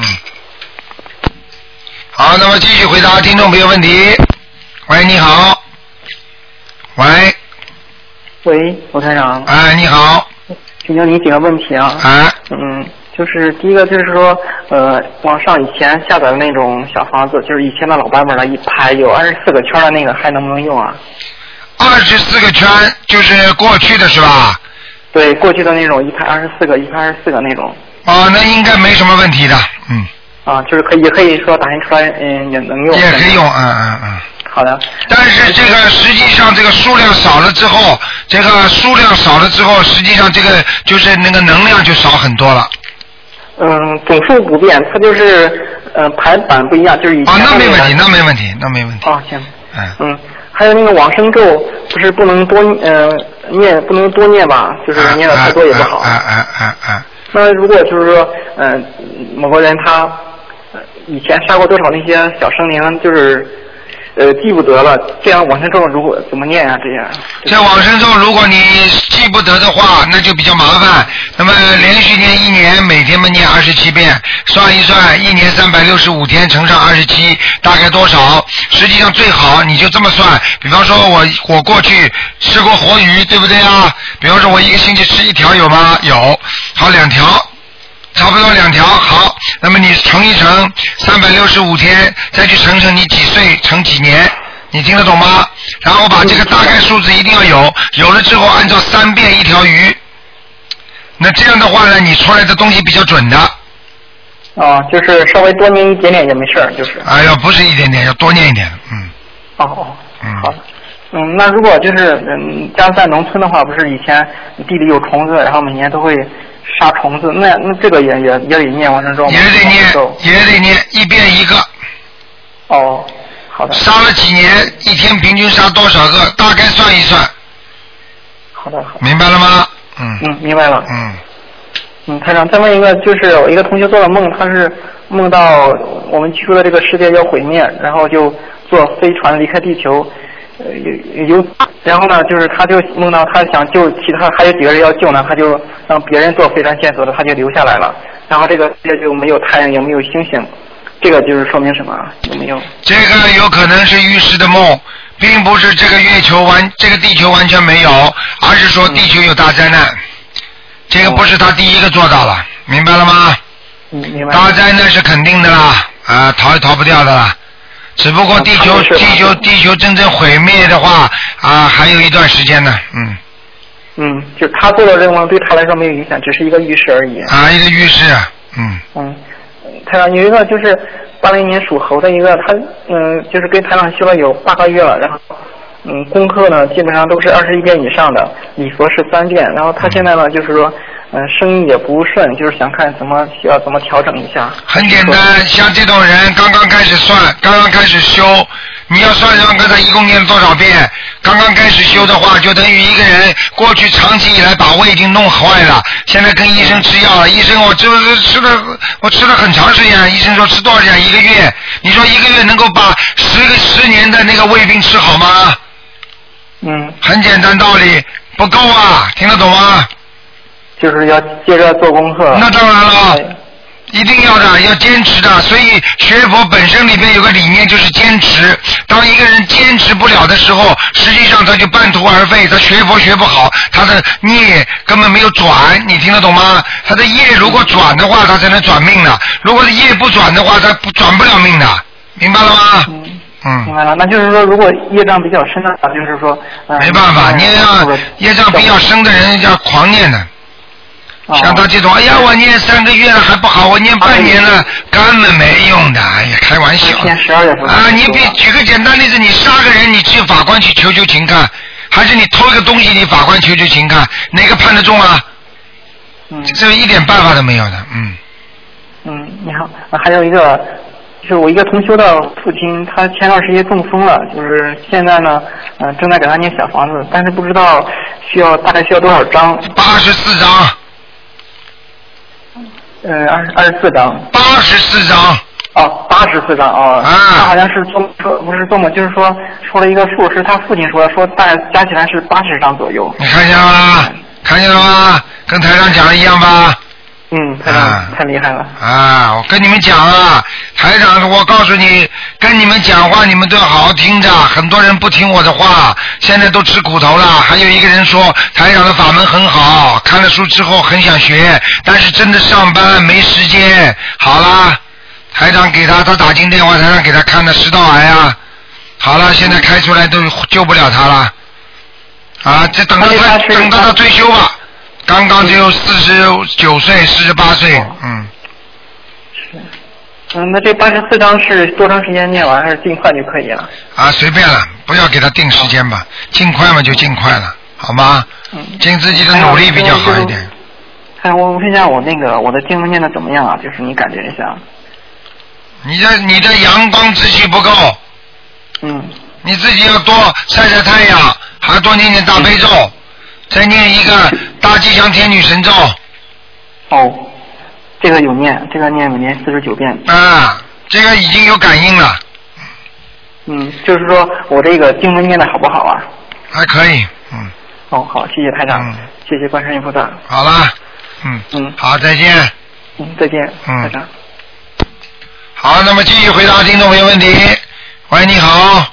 好，那么继续回答听众朋友问题。喂，你好。喂。 喂，罗台长。 哎，你好。 请教您几个问题啊。 啊。 嗯，就是第一个就是说，呃，网上以前下载的那种小房子，就是以前的老版本的一排有二十四个圈的那个，还能不能用啊？ 二十四个圈就是过去的是吧？ 对，过去的那种一排二十四个，一排二十四个那种。 哦，那应该没什么问题的，嗯。 啊，就是可以，也可以说打印出来，嗯，也能用。 也可以用，嗯嗯嗯。 好的。 但是这个实际上这个数量少了之后，这个数量少了之后，实际上这个就是那个能量就少很多了。 嗯，总数不变，它就是呃排版不一样，就是以前。 哦，那没问题，那没问题，那没问题。 哦，行。 嗯。 嗯，还有那个往生咒，不是不能多呃念，不能多念吧？就是念的太多也不好。 啊啊啊啊！ 那如果就是说，嗯、呃，某个人他以前杀过多少那些小生灵，就是呃记不得了，这样往生咒如果怎么念啊？这样。 这往生咒如果你记不得的话，那就比较麻烦。那么连续念一年，每天嘛念二十七遍，算一算，一年三百六十五天乘上二十七，大概多少？实际上最好你就这么算。比方说我我过去吃过活鱼，对不对啊？比方说我一个星期吃一条有吗？有，好两条。差不多两条，好，那么你乘一乘三百六十五天，再去乘乘你几岁乘几年，你听得懂吗？然后把这个大概数字一定要有，有了之后按照三遍一条鱼，那这样的话呢，你出来的东西比较准的。 哦，就是稍微多念一点点也没事儿，就是。 哎呀，不是一点点，要多念一点，嗯。 哦哦， 嗯， 好的。嗯，那如果就是嗯，家在农村的话，不是以前地里有虫子，然后每年都会杀虫子，那那这个也也也得念往生咒吗？ 也得念，也得念，一遍一个。 哦，好的。 杀了几年，一天平均杀多少个？大概算一算。 好的，好的。 明白了吗？嗯。 嗯，明白了。 嗯。 嗯，台长，再问一个，就是有一个同学做了梦，他是梦到我们居住的这个世界要毁灭，然后就坐飞船离开地球。呃，有有，然后呢，就是他就梦到他想救其他还有几个人要救呢，他就让别人坐飞船先走了，他就留下来了。然后这个世界就没有太阳，也没有星星，这个就是说明什么？有没有？ 这个有可能是预示的梦，并不是这个月球完，这个地球完全没有，而是说地球有大灾难。嗯、这个不是他第一个做到了，明白了吗？ 嗯，明白。 大灾难是肯定的啦，啊，逃也逃不掉的啦。只不过地球地球地球真正毁灭的话啊，还有一段时间呢，嗯。 嗯，就他做的任务对他来说没有影响，只是一个预示而已。 啊，一个预示，嗯。 嗯，台长有一个就是八零年属猴的一个，他嗯就是跟台长修了有八个月了，然后嗯功课呢基本上都是二十一遍以上的，礼佛是三遍，然后他现在呢就是说。嗯，生意也不顺，就是想看怎么需要怎么调整一下。 很简单，像这种人刚刚开始算，刚刚开始修，你要算算看他一共念了多少遍。刚刚开始修的话，就等于一个人过去长期以来把胃已经弄坏了，现在跟医生吃药了。医生，我这吃了，我吃了很长时间。医生说吃多少天？一个月。你说一个月能够把十个十年的那个胃病吃好吗？ 嗯。 很简单道理，不够啊，听得懂吗？ 就是要接着做功课。 那当然了，一定要的，要坚持的。所以学佛本身里面有个理念，就是坚持。当一个人坚持不了的时候，实际上他就半途而废。他学佛学不好，他的孽根本没有转，你听得懂吗？他的业如果转的话，他才能转命的；如果是业不转的话，他不转不了命的。明白了吗？ 嗯。嗯，明白了。那就是说，如果业障比较深的话，就是说，呃、 没办法，业障业障比较深的人要狂念的。 像他这种，哎呀，我念三个月了还不好，我念半年了，根本没用的。哎呀，开玩笑。 念十二月份。 啊，你比举个简单例子，你杀个人，你去法官去求求情看，还是你偷个东西，你法官求求情看，哪个判得中啊？ 嗯。 这一点办法都没有的，嗯。 嗯，你好，还有一个，就是我一个同修的父亲，他前段时间中风了，就是现在呢，嗯、呃，正在给他念小房子，但是不知道需要大概需要多少张？ 八十四张。 呃，二二十四张。 八十四张。 哦，八十四张哦。 啊。 他好像是做说不是做梦，就是说说了一个数，是他父亲说说大概加起来是八十张左右。 你看见了吗？看见了吗？跟台上讲的一样吧？ 嗯，台长、啊、太厉害了。 啊，我跟你们讲啊，台长，我告诉你，跟你们讲话，你们都要好好听着。很多人不听我的话，现在都吃苦头了。还有一个人说，台长的法门很好，看了书之后很想学，但是真的上班没时间。好啦，台长给他，他打进电话，台长给他看的食道癌啊。好了，现在开出来都救不了他了。啊，这等到他等到他退休吧。刚刚只有四十九岁，四十八岁，嗯。 是。嗯，那这八十四章是多长时间念完，还是尽快就可以了？ 啊，随便了，不要给他定时间吧，尽快嘛就尽快了，好吗？嗯。尽自己的努力比较好一点。 哎，我问一下，我那个我的经文念的怎么样啊？就是你感觉一下。 你的你的阳光之气不够。 嗯。 你自己要多晒晒太阳，还多念念大悲咒。嗯，再念一个大吉祥天女神咒。 哦，这个有念，这个念每年四十九遍。 啊，这个已经有感应了。 嗯，就是说我这个经文念的好不好啊？ 还可以，嗯。 哦，好，谢谢台长，嗯、谢谢观世音菩萨。 好了，嗯嗯，好，再见。 嗯，再见， 嗯， 台长。 好，那么继续回答听众朋友问题。喂，你好。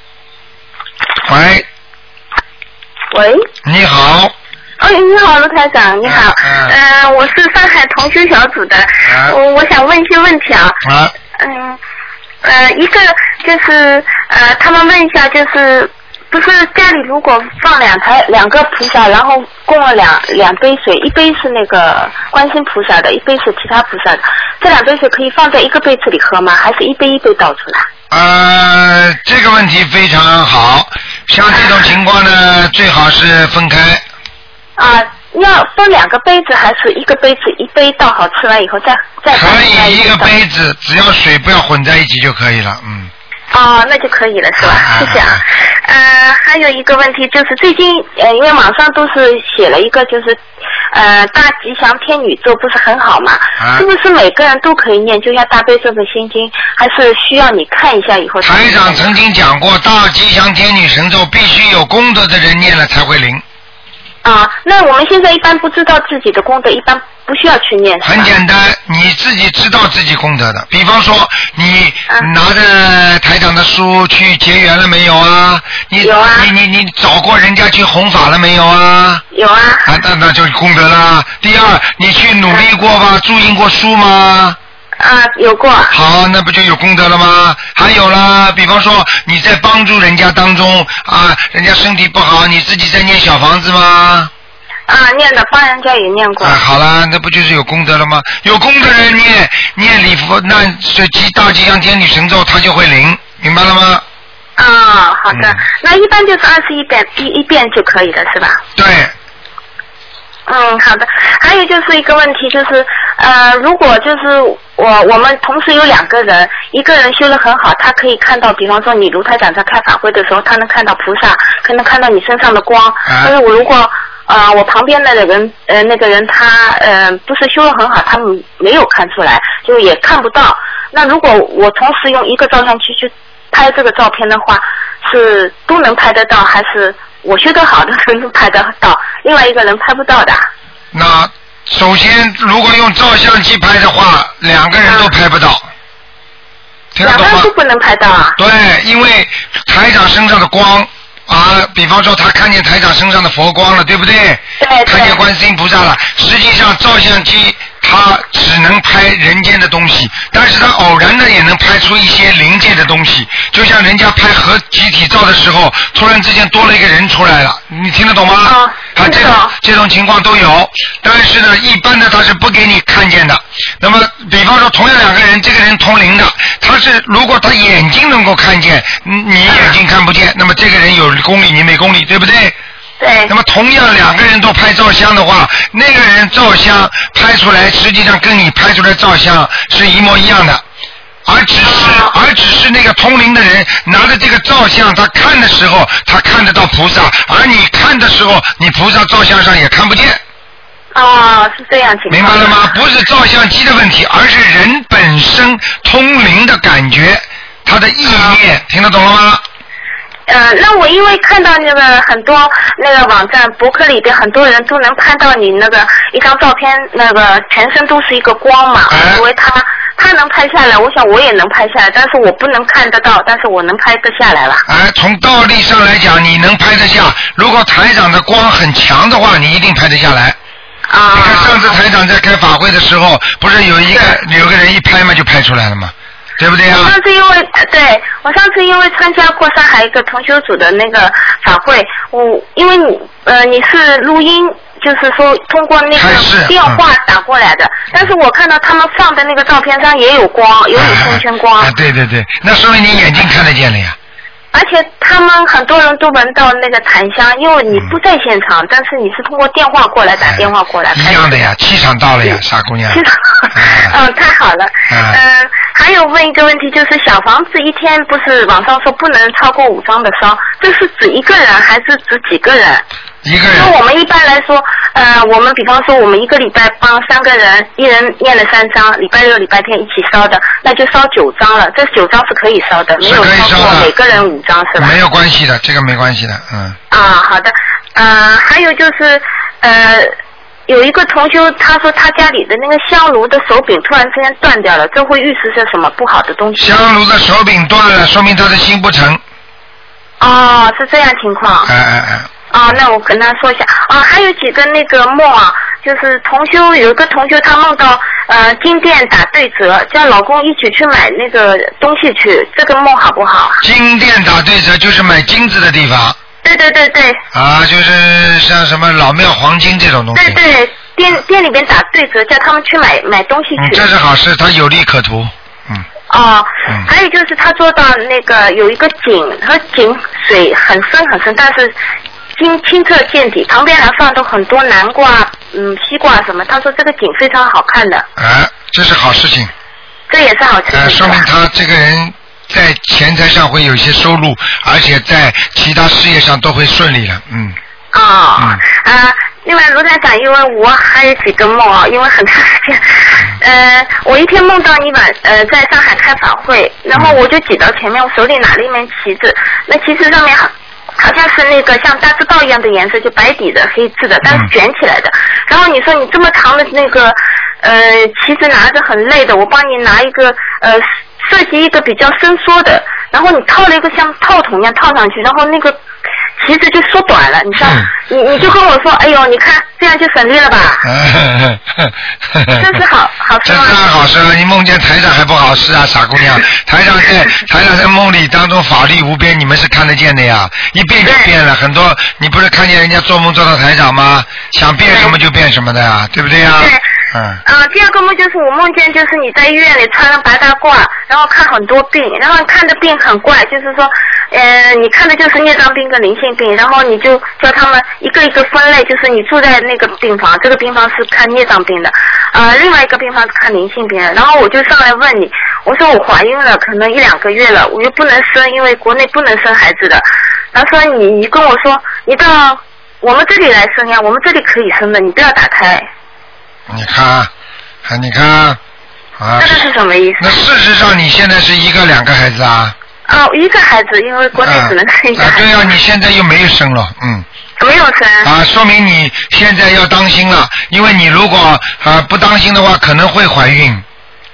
喂。 喂， 你好。 哎，你好，卢台长，你好。嗯、呃。呃，我是上海同修小组的，啊、我我想问一些问题啊。 啊。 嗯。呃，一个就是呃，他们问一下，就是不是家里如果放两台两个菩萨，然后供了两两杯水，一杯是那个观世菩萨的，一杯是其他菩萨的，这两杯水可以放在一个杯子里喝吗？还是一杯一杯倒出来？ 呃，这个问题非常好，像这种情况呢，最好是分开。 啊，要分两个杯子，还是一个杯子一杯倒好，吃完以后再再可以一个杯子，只要水不要混在一起就可以了，嗯。 哦，那就可以了，是吧？啊、谢谢啊。呃，还有一个问题就是最近呃，因为网上都是写了一个就是呃大吉祥天女咒，不是很好嘛？啊、是不是每个人都可以念，就像大悲咒和心经，还是需要你看一下以后？ 台长曾经讲过，大吉祥天女神咒必须有功德的人念了才会灵。 啊，那我们现在一般不知道自己的功德，一般不需要去念。 很简单，你自己知道自己功德的。比方说，你拿着台长的书去结缘了没有啊？你有啊。 你你你找过人家去弘法了没有啊？ 有啊。 啊，那那就是功德啦。第二，你去努力过吧？注印过书吗？ 啊，有过。 好，那不就有功德了吗？还有啦，比方说你在帮助人家当中啊，人家身体不好，你自己在念小房子吗？ 啊，念的，帮人家也念过。 啊，好啦，那不就是有功德了吗？有功德人念念礼佛，那这吉大吉祥天女神咒，它就会灵，明白了吗？ 啊，好的，嗯、那一般就是二十一遍一一遍就可以了，是吧？ 对。 嗯，好的。还有就是一个问题，就是呃，如果就是我我们同时有两个人，一个人修得很好，他可以看到，比方说你卢台长在开法会的时候，他能看到菩萨，可能看到你身上的光。啊、但是我如果呃我旁边的人呃那个人他呃不是修得很好，他们没有看出来，就也看不到。那如果我同时用一个照相机去拍这个照片的话，是都能拍得到，还是我修得好的人能拍得到，另外一个人拍不到的？ 那首先，如果用照相机拍的话，两个人都拍不到。啊、听得懂吗？ 两个人都不能拍到啊？ 对，因为台长身上的光啊，比方说他看见台长身上的佛光了，对不对？ 对对。 看见观世音菩萨了，实际上照相机它只能拍人间的东西，但是它偶然的也能拍出一些灵界的东西，就像人家拍合集体照的时候，突然之间多了一个人出来了，你听得懂吗？ 啊， 啊，这种这种情况都有，但是呢，一般的他是不给你看见的。那么，比方说同样两个人，这个人同龄的，他是如果他眼睛能够看见，你眼睛看不见，那么这个人有功力，你没功力，对不对？ 对。 那么同样两个人都拍照相的话，那个人照相拍出来，实际上跟你拍出来照相是一模一样的，而只是而只是那个通灵的人拿着这个照相，他看的时候他看得到菩萨，而你看的时候，你菩萨照相上也看不见。 哦，是这样情况。 明白了吗？不是照相机的问题，而是人本身通灵的感觉，他的意念，听得懂了吗？ 呃，那我因为看到那个很多那个网站博客里边很多人都能拍到你那个一张照片，那个全身都是一个光嘛， 哎、 因为他他能拍下来，我想我也能拍下来，但是我不能看得到，但是我能拍得下来了。 哎，从道理上来讲，你能拍得下。如果台长的光很强的话，你一定拍得下来。 啊。 你看上次台长在开法会的时候，不是有一个有个人一拍嘛就拍出来了吗？对不对啊？ 我上次因为对我上次因为参加过上海一个同修组的那个法会，我因为你呃你是录音，就是说通过那个电话打过来的，嗯、但是我看到他们放的那个照片上也有光，有你圈圈光。 啊，啊对对对，那说明你眼睛看得见了呀。 而且他们很多人都闻到那个檀香，因为你不在现场，嗯、但是你是通过电话过来打电话过来。 一样的呀，气场到了呀，傻姑娘。 气场，嗯，太好了。嗯、呃，还有问一个问题，就是小房子一天不是网上说不能超过五张的烧，这是指一个人还是指几个人？ 一个人。 因为我们一般来说，呃，我们比方说我们一个礼拜帮三个人，一人念了三张，礼拜六、礼拜天一起烧的，那就烧九张了。这九张是可以烧的，没有超过每个人五张是吧？ 没有关系的，这个没关系的，嗯。 啊，好的。呃，还有就是呃，有一个同修他说他家里的那个香炉的手柄突然之间断掉了，这会预示着什么不好的东西？ 香炉的手柄断了，说明他的心不诚。 哦，是这样情况。 哎哎哎。 啊，那我跟他说一下啊，还有几个那个梦啊，就是同修有一个同修他梦到呃金店打对折，叫老公一起去买那个东西去，这个梦好不好？ 金店打对折就是买金子的地方。 对对对对。 啊，就是像什么老庙黄金这种东西。 对对，店店里边打对折，叫他们去买买东西去。 嗯，这是好事，他有利可图。嗯。 哦，嗯、还有就是他做到那个有一个井，和井水很深很深，但是清清澈见底，旁边还放着很多南瓜、嗯西瓜什么。他说这个景非常好看的。 哎，这是好事情。 这也是好事情。 哎，说明他这个人在钱财上会有一些收入，而且在其他事业上都会顺利了。嗯。 哦。嗯。啊，另外卢台长，因为我还有几个梦啊，因为很长时间，呃，我一天梦到你晚呃在上海开法会，然后我就挤到前面，我手里拿了一面旗子，那旗子上面好。好像是那个像大字报一样的颜色，就白底的黑字的，但是卷起来的。嗯、然后你说你这么长的那个呃旗子拿着很累的，我帮你拿一个呃设计一个比较伸缩的，然后你套了一个像套筒一样套上去，然后那个旗子就缩短了，你知道？嗯、你你就跟我说，哎呦，你看这样就省力了吧？这是好好事吗？ 这是好事啊！你梦见台长还不好事啊，傻姑娘！台长在台长在梦里当中法力无边，你们是看得见的呀，一变就变了。很多你不是看见人家做梦做到台长吗？想变什么就变什么的呀，对不对呀？ 对。 嗯。 啊，第二个梦就是我梦见就是你在医院里穿了白大褂，然后看很多病，然后看的病很怪，就是说，呃，你看的就是孽障病跟灵性病，然后你就叫他们一个一个分类，就是你住在那个病房，这个病房是看孽障病的，呃，另外一个病房是看灵性病的，然后我就上来问你，我说我怀孕了，可能一两个月了，我又不能生，因为国内不能生孩子的，然后说你你跟我说，你到我们这里来生呀，我们这里可以生的，你不要打胎。 你看，啊，你看，啊， 那这是什么意思？ 那事实上你现在是一个两个孩子啊？ 哦，一个孩子，因为国内只能生一个孩子。 啊，对啊，你现在又没有生了，嗯。 没有生。 啊，说明你现在要当心了，因为你如果啊不当心的话，可能会怀孕。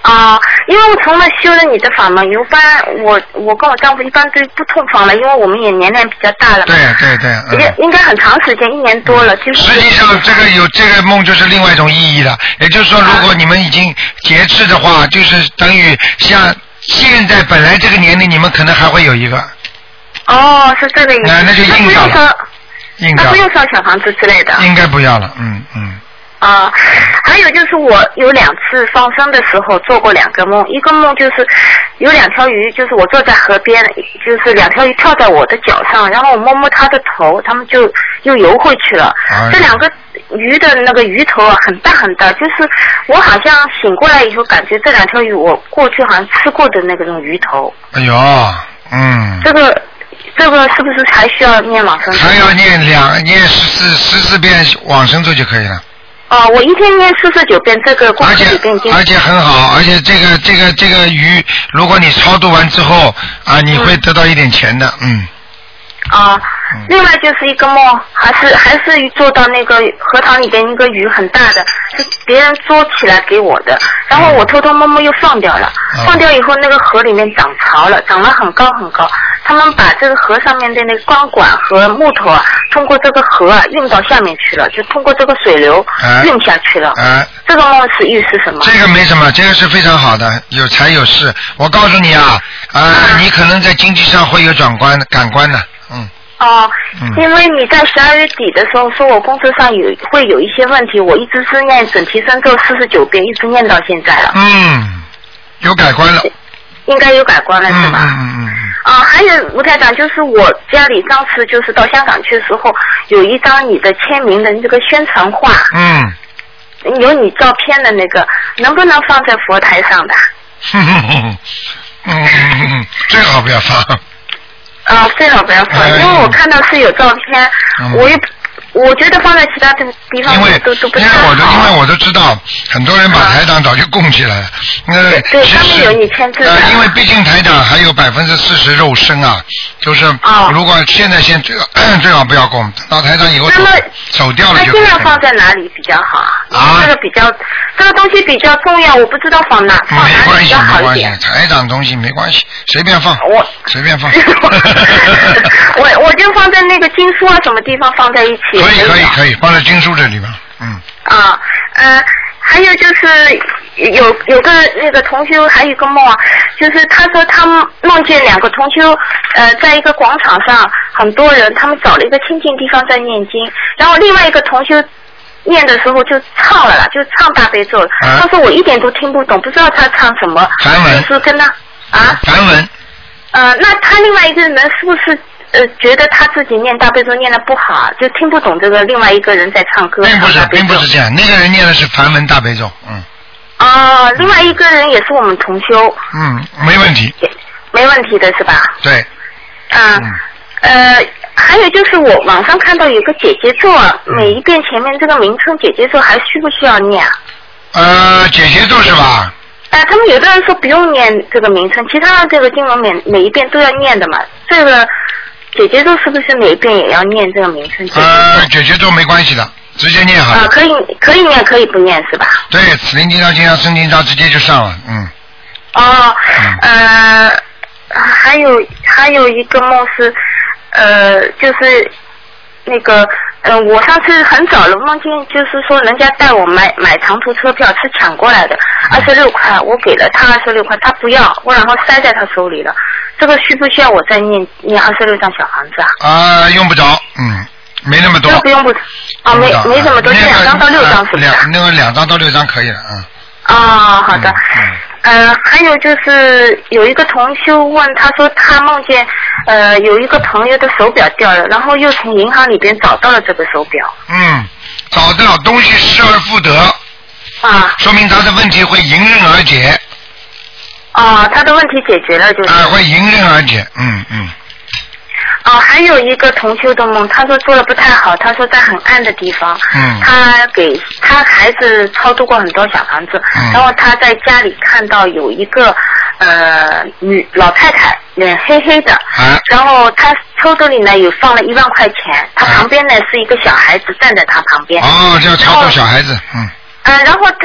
啊、呃，因为我从来修了你的法门，一般我我跟我丈夫一般都不痛风了，因为我们也年龄比较大了。 对对对， 嗯、应应该很长时间，一年多了。就是实际上这个有这个梦就是另外一种意义了，也就是说，如果你们已经节制的话，就是等于像现在本来这个年龄，你们可能还会有一个。 哦，是这个意思。 那那就硬掉了。硬掉。 那不用烧小房子之类的。 应该不要了，嗯嗯。 啊，还有就是我有两次放生的时候做过两个梦，一个梦就是有两条鱼，就是我坐在河边，就是两条鱼跳在我的脚上，然后我摸摸它的头，它们就又游回去了。哎、这两个鱼的那个鱼头啊很大很大，就是我好像醒过来以后感觉这两条鱼我过去好像吃过的那个种鱼头。 哎呦，嗯。 这个这个是不是还需要念往生咒？ 还要念两念十四十四遍往生咒就可以了。 哦，我一天念四十九遍这个功课里边已经， 而且很好，而且这个这个这个鱼，如果你超度完之后啊，你会得到一点钱的，嗯。 啊、呃嗯，另外就是一个梦，还是还是做到那个荷塘里边一个鱼很大的，是别人捉起来给我的，然后我偷偷摸摸又放掉了，嗯、放掉以后那个河里面涨潮了，涨了很高很高，他们把这个河上面的那个钢管和木头啊，通过这个河啊运到下面去了，就通过这个水流运下去了。 哎、呃， 这个梦是意思什么？ 这个没什么，这个是非常好的，有财有势。我告诉你啊，啊、呃，你可能在经济上会有转关感官的。嗯哦，因为你在十二月底的时候说我工作上有会有一些问题，我一直是念准提神咒四十九遍，一直念到现在了。 嗯，有改观了。 应该有改观了是吧？ 嗯嗯嗯嗯。 啊，还有吴台长，就是我家里上次就是到香港去的时候，有一张你的签名的这个宣传画。 嗯。 有你照片的那个，能不能放在佛台上的？ 嗯嗯嗯嗯，最好不要放。 啊，最好不要放，因为我看到是有照片，嗯、我也我觉得放在其他的地方都都不太好。 因为我都因为我都知道，很多人把台长早就供起来了。 呃、对，对上面有你签字的。 呃，因为毕竟台长还有百分之四十肉身啊，就是如果现在先最好、哦、最好不要供，等到台长以后走走掉了就。 那尽量放在哪里比较好？啊，这个比较这个东西比较重要，我不知道放哪放哪里比较好一点。 没关系，台长东西没关系，随便放。 我随便放。 我我就放在那个经书啊什么地方放在一起。 可以可以可以，放在经书这里边。嗯。 啊，呃，还有就是有有个那个同修还有一个梦啊，就是他说他梦见两个同修呃在一个广场上，很多人他们找了一个清净地方在念经，然后另外一个同修念的时候就唱了啦，就唱大悲咒了。啊、他说我一点都听不懂，不知道他唱什么。 梵文。 就是跟他啊。 梵文。 呃，那他另外一个人是不是呃觉得他自己念大悲咒念得不好，就听不懂这个另外一个人在唱歌？ 并不是，并不是这样，那个人念的是梵文大悲咒，嗯。 哦、呃，另外一个人也是我们同修。 嗯，没问题。 没问题的是吧？ 对。 啊、嗯，呃，还有就是我网上看到有个姐姐咒啊，嗯、每一遍前面这个名称姐姐咒还需不需要念啊？ 呃，姐姐咒是吧？ 啊、呃，他们有的人说不用念这个名称，其他的这个经文每每一遍都要念的嘛。这个姐姐咒是不是每一遍也要念这个名称？ 呃，姐姐咒没关系的，直接念好了。 啊、呃，可以可以念，可以不念是吧？ 对，此灵经章、经章、生经章直接就上了，嗯。 哦，呃，还有还有一个梦是，呃，就是那个。嗯、呃，我上次很早了，梦见就是说人家带我买买长途车票是抢过来的，二十六块，我给了他二十六块，他不要，我然后塞在他手里了。这个需不需要我再念念二十六张小房子啊？ 啊、呃，用不着，嗯，没那么多。 这不用不，啊，没没这么多，两张到六张是不是？ 两那个两张到六张可以了，嗯。 啊、哦，好的。嗯呃，还有就是有一个同修问，他说他梦见呃有一个朋友的手表掉了，然后又从银行里边找到了这个手表。 嗯，找到东西失而复得。 啊。 说明他的问题会迎刃而解。 啊，他的问题解决了就是。 啊，会迎刃而解，嗯嗯。 哦，还有一个同修的梦，他说做的不太好，他说在很暗的地方， 嗯， 他给他孩子超度过很多小房子， 嗯， 然后他在家里看到有一个呃女老太太，脸黑黑的， 啊， 然后他抽屉里呢有放了一万块钱，他旁边呢是一个小孩子站在他旁边， 哦，这要超度小孩子，嗯。 呃，然后这个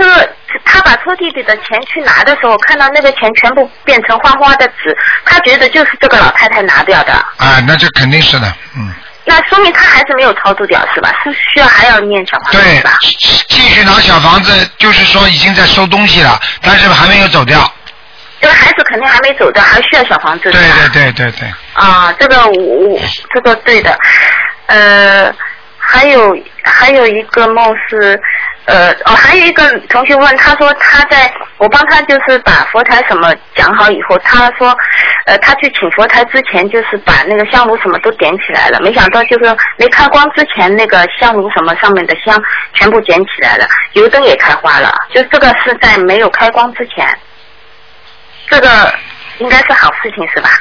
他把抽屉里的钱去拿的时候，看到那个钱全部变成花花的纸，他觉得就是这个老太太拿掉的。 啊，那就肯定是的，嗯。 那说明他还是没有超度掉是吧？是需要还要念小房子对是吧？ 继续拿小房子，就是说已经在收东西了，但是还没有走掉。 这个孩子肯定还没走掉，还需要小房子。 对对对对对。 啊，这个我我这个对的，呃，还有还有一个梦是，呃哦，还有一个同学问，他说他在我帮他就是把佛台什么讲好以后，他说，呃，他去请佛台之前就是把那个香炉什么都点起来了，没想到就是没开光之前那个香炉什么上面的香全部点起来了，油灯也开花了，就这个是在没有开光之前。这个应该是好事情是吧？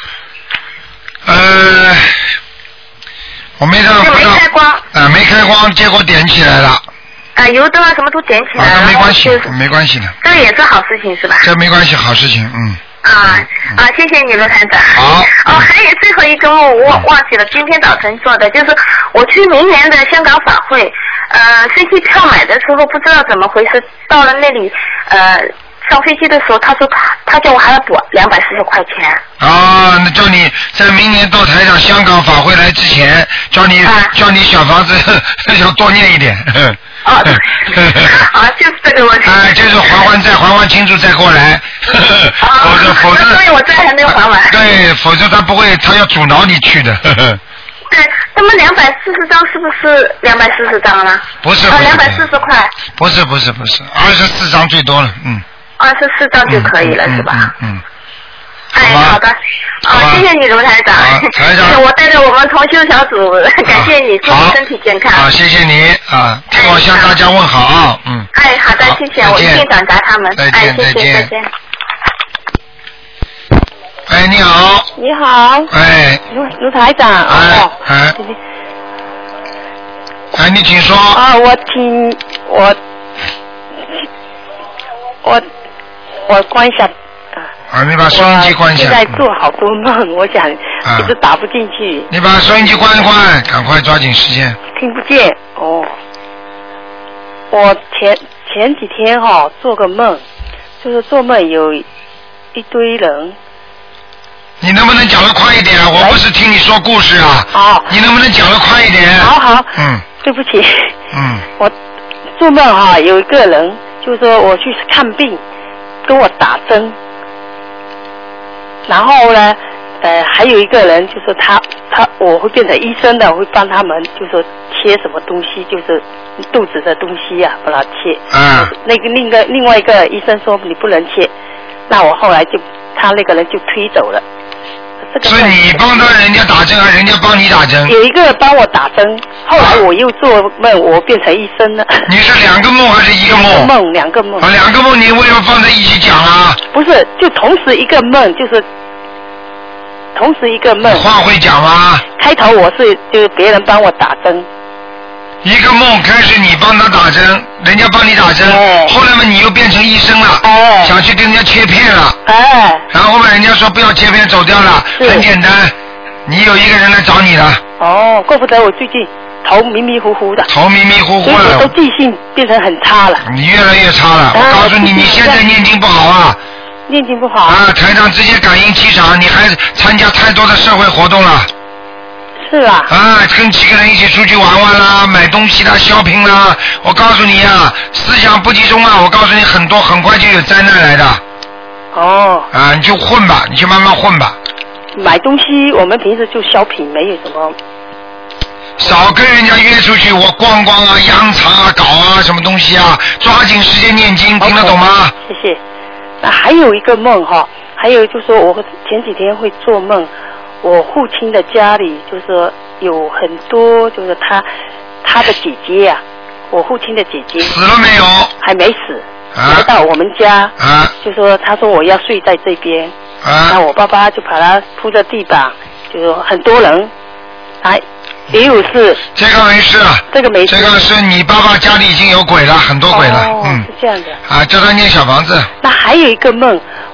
呃，我没看到。 就没开光。 啊，没开光，结果点起来了。 啊，油灯啊什么都点起来了。 啊，那没关系， 就是没关系的。 这个也是好事情是吧？ 这没关系，好事情，嗯。 啊啊，谢谢你卢台长。 好。 哦，还有最后一个梦我忘记了，今天早晨做的，就是我去明年的香港法会，呃，飞机票买的时候不知道怎么回事，到了那里，呃。上飞机的时候，他说他他叫我还要补两百四十块钱。 啊，那叫你在明年到台长香港法会来之前，叫你、啊、叫你小房子要多念一点。 哦，啊，就是这个问题。 哎，就是还还债，还还清楚再过来。否则否则， 所以我债还没有还完。 对，否则他不会，他要阻挠你去的。 对，那么两百四十张是不是两百四十张呢？ 不是， 啊，两百四十块。 不是不是不是，二十四张最多了，嗯。 二十四张就可以了， 嗯、 是吧？ 嗯。嗯哎，好的，啊，谢谢你卢台长， 台长， 我带着我们同修小组，感谢你，祝你身体健康。 好，谢谢你啊，替我向大家问好啊，嗯。 哎，好的，谢谢，我一定转达他们。 再见， 哎，谢谢，再见。 哎，你好。 你好。 哎。 卢卢台长。 哎。哎。哎，你请说。 啊，我听我。我我关一下啊！你把收音机关一下。 现在做好多梦，我想一直打不进去。 啊、你把收音机关一关，赶快抓紧时间。 听不见哦。我前前几天哈、哦、做个梦，就是做梦有一堆人。 你能不能讲得快一点？我不是听你说故事啊。 好。 你能不能讲得快一点？ 好好。 嗯。 对不起。 嗯。 我做梦哈、哦、有一个人。就是说我去看病，跟我打针，然后呢，呃，还有一个人就是他他我会变成医生的，我会帮他们，就是说切什么东西，就是肚子的东西呀、啊，把它切。 嗯。 那个另一个另外一个医生说你不能切，那我后来就他那个人就推走了。这个、 是你帮他人家打针，还是人家帮你打针？ 有一个帮我打针，后来我又做梦，我变成医生了。 你是两个梦还是一个梦？ 两个梦，两个梦。 啊，两个梦，你为什么放在一起讲啊？ 不是，就同时一个梦，就是同时一个梦。 话会讲吗？ 开头我是就是别人帮我打针。 一个梦开始你帮他打针，人家帮你打针， 哎、 后来嘛你又变成医生了， 哎、 想去跟人家切片了， 哎、 然后嘛人家说不要切片走掉了，很简单，你有一个人来找你了。 哦，怪不得我最近头迷迷糊糊的。 头迷迷糊糊了。 我都记性变成很差了。 你越来越差了，我告诉你，你现在念经不好啊。 念经不好。 啊，台长直接感应气场，你还参加太多的社会活动了。 是啊。 啊，跟几个人一起出去玩玩啦，买东西啦，shopping啦，我告诉你啊，思想不集中啊，我告诉你，很多很快就有灾难来的。 哦。 啊，你就混吧，你就慢慢混吧。 买东西，我们平时就小品，没有什么。 少跟人家约出去，我逛逛啊，洋场啊，搞啊，什么东西啊，抓紧时间念经，听得懂吗？ 谢谢。那还有一个梦哈，还有就是说我前几天会做梦。我父亲的家里就是说有很多，就是他他的姐姐呀、啊，我父亲的姐姐死了没有？ 还没死， 啊、 来到我们家， 啊、 就说他说我要睡在这边， 啊、 那我爸爸就把他铺在地板，就说很多人，啊，也有事。 这个没事了， 这个没事。 这个是你爸爸家里已经有鬼了，很多鬼了， 哦、 嗯， 是这样的。 啊，叫他念小房子。 那还有一个梦。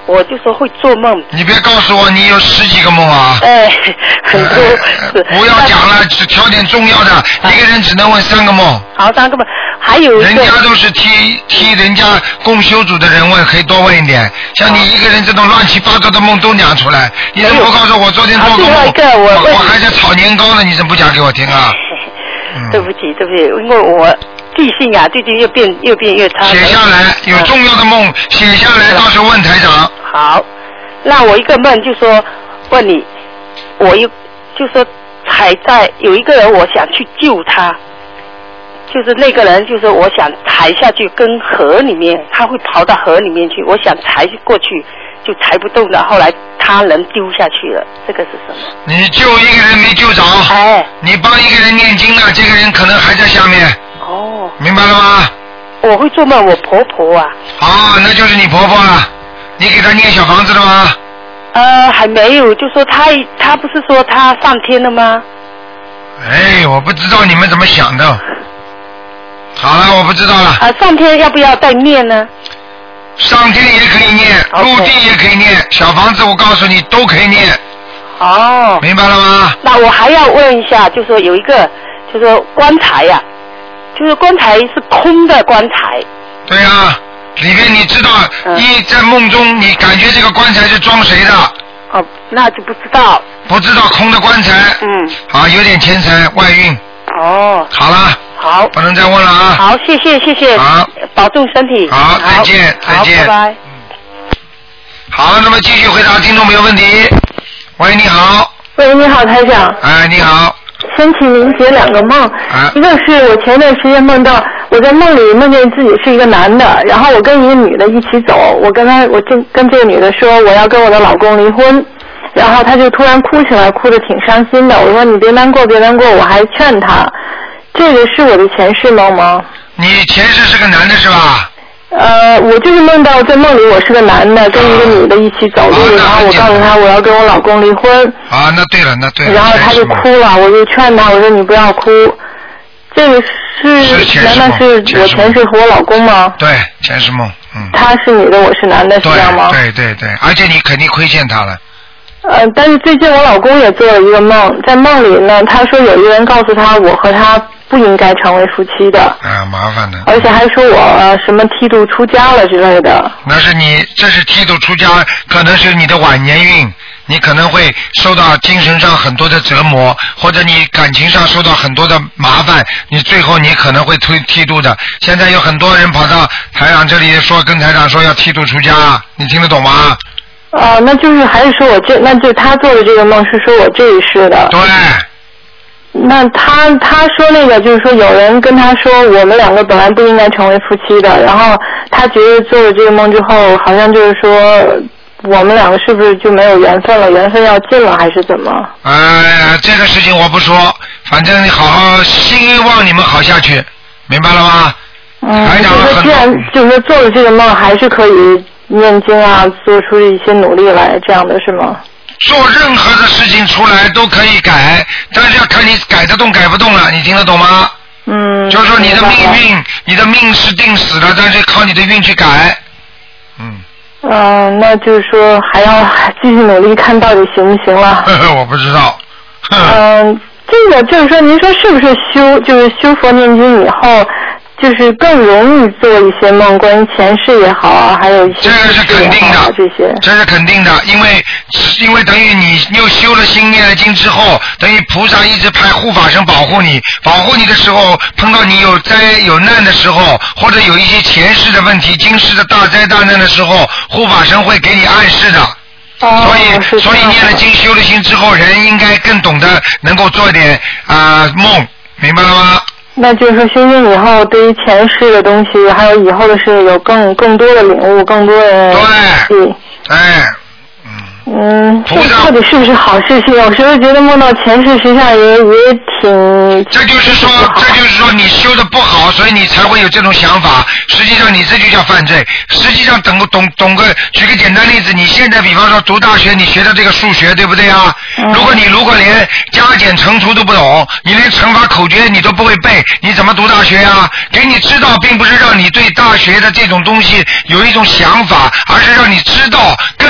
我就说会做梦。 你别告诉我你有十几个梦啊！ 哎，很多。 呃、不要讲了，只挑点重要的。啊、一个人只能问三个梦。 好，三个梦。还有一个。 人家都是替替人家共修组的人问，可以多问一点。像你一个人这种乱七八糟的梦都讲出来，你怎么不告诉我昨天做个梦？ 一个我我我还在炒年糕呢，你怎么不讲给我听啊？ 嗯、对不起，对不起，因为我。记性啊，最近又变又变越差。 写下来，有重要的梦，写下来，到时候问台长。 好，那我一个梦就说问你，我又就说还在有一个人，我想去救他，就是那个人，就是我想抬下去跟河里面，他会跑到河里面去，我想抬过去就抬不动了，后来他人丢下去了，这个是什么？ 你救一个人没救着， 哎， 你帮一个人念经了，这个人可能还在下面。 哦， 明白了吗？ 我会做梦，我婆婆啊。 啊，那就是你婆婆了。你给她念小房子了吗？ 呃，还没有，就说她她不是说她上天了吗？ 哎，我不知道你们怎么想的。好了，我不知道了。 啊，上天要不要再念呢？ 上天也可以念，陆地也可以念，小房子我告诉你都可以念。 哦。 明白了吗？ 那我还要问一下，就说有一个，就说棺材呀、啊。就是棺材是空的棺材。 对啊，里面你知道， 嗯、 一在梦中你感觉这个棺材是装谁的？ 哦，那就不知道。 不知道空的棺材。 嗯。 好，有点钱财外运。 哦。 好了。 好。 不能再问了啊。 好，谢谢谢谢。 好。 保重身体。 好，再见再见。 拜拜。 好，那么继续回答听众没有问题。喂，你好。 喂，你好，台长。 哎，你好。 先请您解两个梦， 啊、 一个是我前段时间梦到我在梦里梦见自己是一个男的，然后我跟一个女的一起走，我跟她我跟跟这个女的说我要跟我的老公离婚，然后她就突然哭起来，哭得挺伤心的。我说你别难过别难过，我还劝她。这个是我的前世梦吗？ 你前世是个男的是吧？ 呃，我就是梦到在梦里我是个男的，跟一个女的一起走路，啊、然后我告诉她我要跟我老公离婚。 啊，那对了，那对了。 然后她就哭了，我就劝她，我说你不要哭。这个是难道是我前世和我老公吗？ 对，前世梦，嗯。 他是女的，我是男的，是这样吗？ 对对对，而且你肯定亏欠他了。 呃，但是最近我老公也做了一个梦，在梦里呢，他说有一个人告诉他，我和他不应该成为夫妻的。 啊，麻烦的。 而且还说我、呃、什么剃度出家了之类的。 那是你，这是剃度出家，可能是你的晚年运，你可能会受到精神上很多的折磨，或者你感情上受到很多的麻烦，你最后你可能会推剃度的。现在有很多人跑到台长这里说，跟台长说要剃度出家，你听得懂吗？ 哦，那就是还是说我这，那就他做的这个梦是说我这一世的。 对。 那他他说那个就是说有人跟他说我们两个本来不应该成为夫妻的，然后他觉得做了这个梦之后，好像就是说我们两个是不是就没有缘分了，缘分要尽了还是怎么？ 呃，这个事情我不说，反正你好好希望你们好下去，明白了吗？ 嗯，就是说既然就是说做了这个梦，还是可以念经啊，做出一些努力来，这样的是吗？ 做任何的事情出来都可以改，但是要看你改得动改不动了，你听得懂吗？ 嗯。 就是说你的命运，你的命是定死的，但是靠你的运去改。嗯。 嗯、呃，那就是说还要继续努力，看到底行不行了。 我不知道。 嗯、呃，这个就是说，您说是不是修就是修佛念经以后？就是更容易做一些梦，关于前世也好啊，还有一些这个是肯定的， 这些这是肯定的，因为因为等于你又修了心念了经之后，等于菩萨一直派护法神保护你，保护你的时候，碰到你有灾有难的时候，或者有一些前世的问题、今世的大灾大难的时候，护法神会给你暗示的。 哦、 所以所以念了经修了心之后，人应该更懂得能够做一点啊、呃、梦，明白了吗？ 那就是说，修行以后，对于前世的东西，还有以后的事，有更更多的领悟，更多的对，哎， 嗯，这到底是不是好事情？有时候觉得梦到前世，实际上也也挺…… 这就是说，这就是说你修的不好，所以你才会有这种想法。实际上，你这就叫犯罪。实际上，懂个懂懂个，举个简单例子，你现在比方说读大学，你学的这个数学，对不对啊？ 嗯、 如果你如果连加减乘除都不懂，你连乘法口诀你都不会背，你怎么读大学啊？给你知道，并不是让你对大学的这种东西有一种想法，而是让你知道，根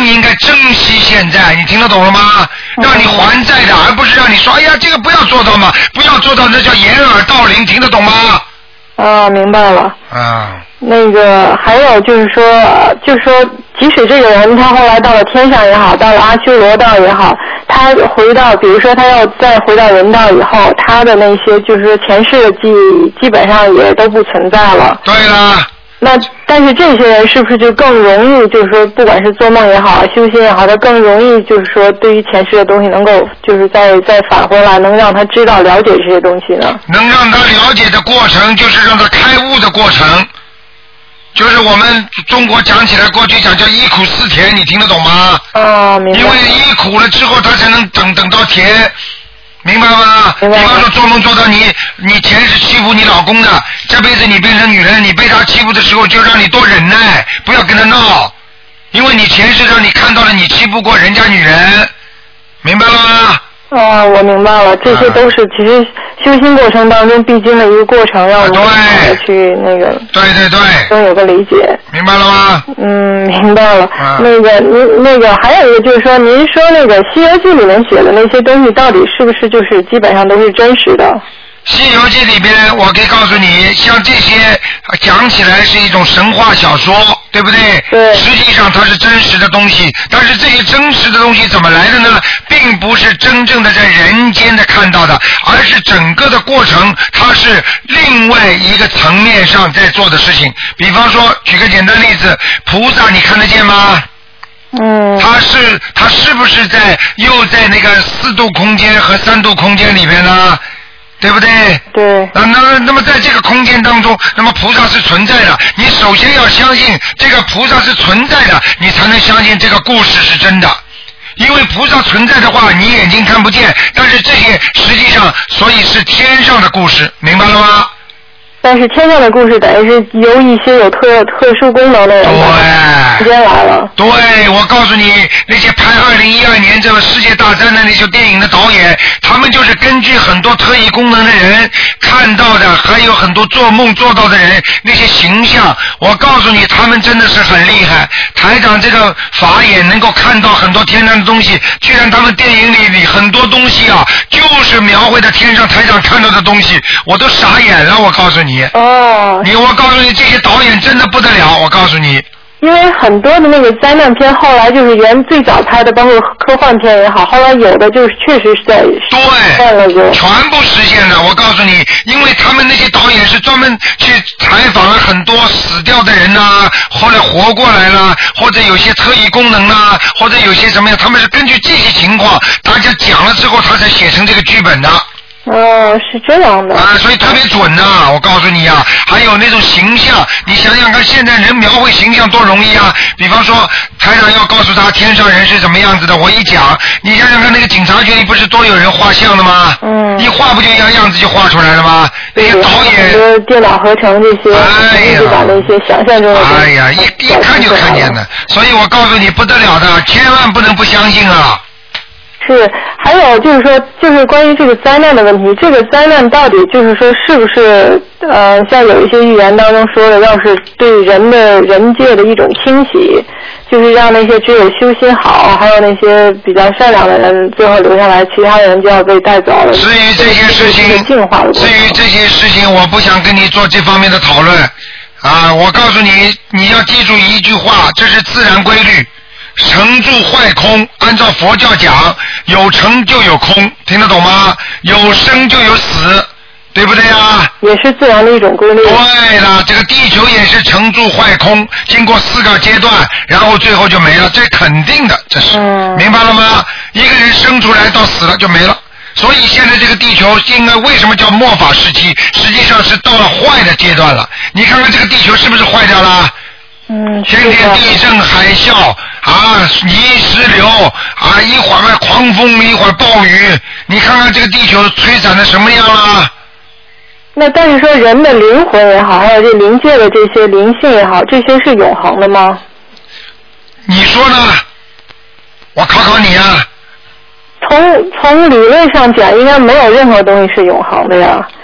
应该珍惜现在，你听得懂了吗？让你还债的，而不是让你说，哎呀，这个不要做到嘛，不要做到，那叫掩耳盗铃，听得懂吗？ 啊，明白了。 啊。 那个还有就是说，就是说，即使这个人他后来到了天上也好，到了阿修罗道也好，他回到，比如说他要再回到人道以后，他的那些就是说前世的记忆基本上也都不存在了。 对了。 那但是这些人是不是就更容易，就是说不管是做梦也好，修心也好，他更容易就是说对于前世的东西能够就是再再返回来，能让他知道了解这些东西呢？ 能让他了解的过程，就是让他开悟的过程。就是我们中国讲起来，过去讲叫忆苦思甜，你听得懂吗？ 啊，明白。 因为忆苦了之后，他才能等等到甜，明白吗？明白。比方说做梦做到你，你前世欺负你老公的，这辈子你变成女人，你被他欺负的时候，就让你多忍耐，不要跟他闹，因为你前世让你看到了你欺负过人家女人，明白了吗？ 啊，我明白了，这些都是其实修心过程当中必经的一个过程，让我们去那个对对对， 都有个理解。 明白了吗？ 嗯，明白了。 啊、 那个您那个还有一个就是说，您说那个《西游记》里面写的那些东西，到底是不是就是基本上都是真实的？ 《西游记》里边，我可以告诉你，像这些讲起来是一种神话小说，对不对？ 对。 实际上它是真实的东西，但是这些真实的东西怎么来的呢？并不是真正的在人间的看到的，而是整个的过程，它是另外一个层面上在做的事情。比方说，举个简单例子，菩萨你看得见吗？ 嗯。 他是他是不是在又在那个四度空间和三度空间里面呢？对不对？ 对。 啊，那那么在这个空间当中，那么菩萨是存在的。你首先要相信这个菩萨是存在的，你才能相信这个故事是真的。因为菩萨存在的话，你眼睛看不见，但是这些实际上，所以是天上的故事，明白了吗？ 但是天上的故事等于是由一些有特特殊功能的人直接来了。 对，我告诉你，那些拍二零一二年这个世界大战的那些电影的导演，他们就是根据很多特异功能的人看到的，还有很多做梦做到的人那些形象。我告诉你，他们真的是很厉害。台长这个法眼能够看到很多天上的东西，居然他们电影里里很多东西啊，就是描绘的天上台长看到的东西，我都傻眼了。我告诉你。 哦， 你我告诉你，这些导演真的不得了，我告诉你。 因为很多的那个灾难片，后来就是原最早拍的，包括科幻片也好，后来有的就是确实是在实现了就， 全部实现了。我告诉你，因为他们那些导演是专门去采访了很多死掉的人呐、啊，后来活过来了，或者有些特异功能啊，或者有些什么样，他们是根据这些情况，大家讲了之后，他才写成这个剧本的。 哦，是这样的啊，所以特别准呐、啊！我告诉你啊，还有那种形象，你想想看，现在人描绘形象多容易啊！比方说，台长要告诉他天上人是怎么样子的，我一讲，你想想看，那个警察局里不是多有人画像的吗？ 嗯。 一画不就一样样子就画出来了吗？那些导演。 很多电脑合成这些， 哎呀， 就把那些想象中的。 哎呀，一一看就看见了，所以我告诉你不得了的，千万不能不相信啊！ 是，还有就是说，就是关于这个灾难的问题，这个灾难到底就是说是不是呃，像有一些预言当中说的，要是对人的人界的一种清洗，就是让那些只有修心好，还有那些比较善良的人最后留下来，其他人就要被带走了。 至于这些事情， 净化的。 至于这些事情，我不想跟你做这方面的讨论啊！我告诉你，你要记住一句话，这是自然规律。成住坏空，按照佛教讲，有成就有空，听得懂吗？有生就有死，对不对啊？ 也是自然的一种规律。 对了，这个地球也是成住坏空，经过四个阶段，然后最后就没了，这肯定的，这是、嗯、明白了吗？一个人生出来到死了就没了。所以现在这个地球应该为什么叫末法时期？实际上是到了坏的阶段了。你看看这个地球是不是坏掉了？ 嗯， 天天地震海啸啊，泥石流啊，一会儿狂风，一会儿暴雨，你看看这个地球摧残的什么样啊？ 那但是说人的灵魂也好，还有这灵界的这些灵性也好，这些是永恒的吗？ 你说呢？我考考你啊。 从从理论上讲，应该没有任何东西是永恒的呀。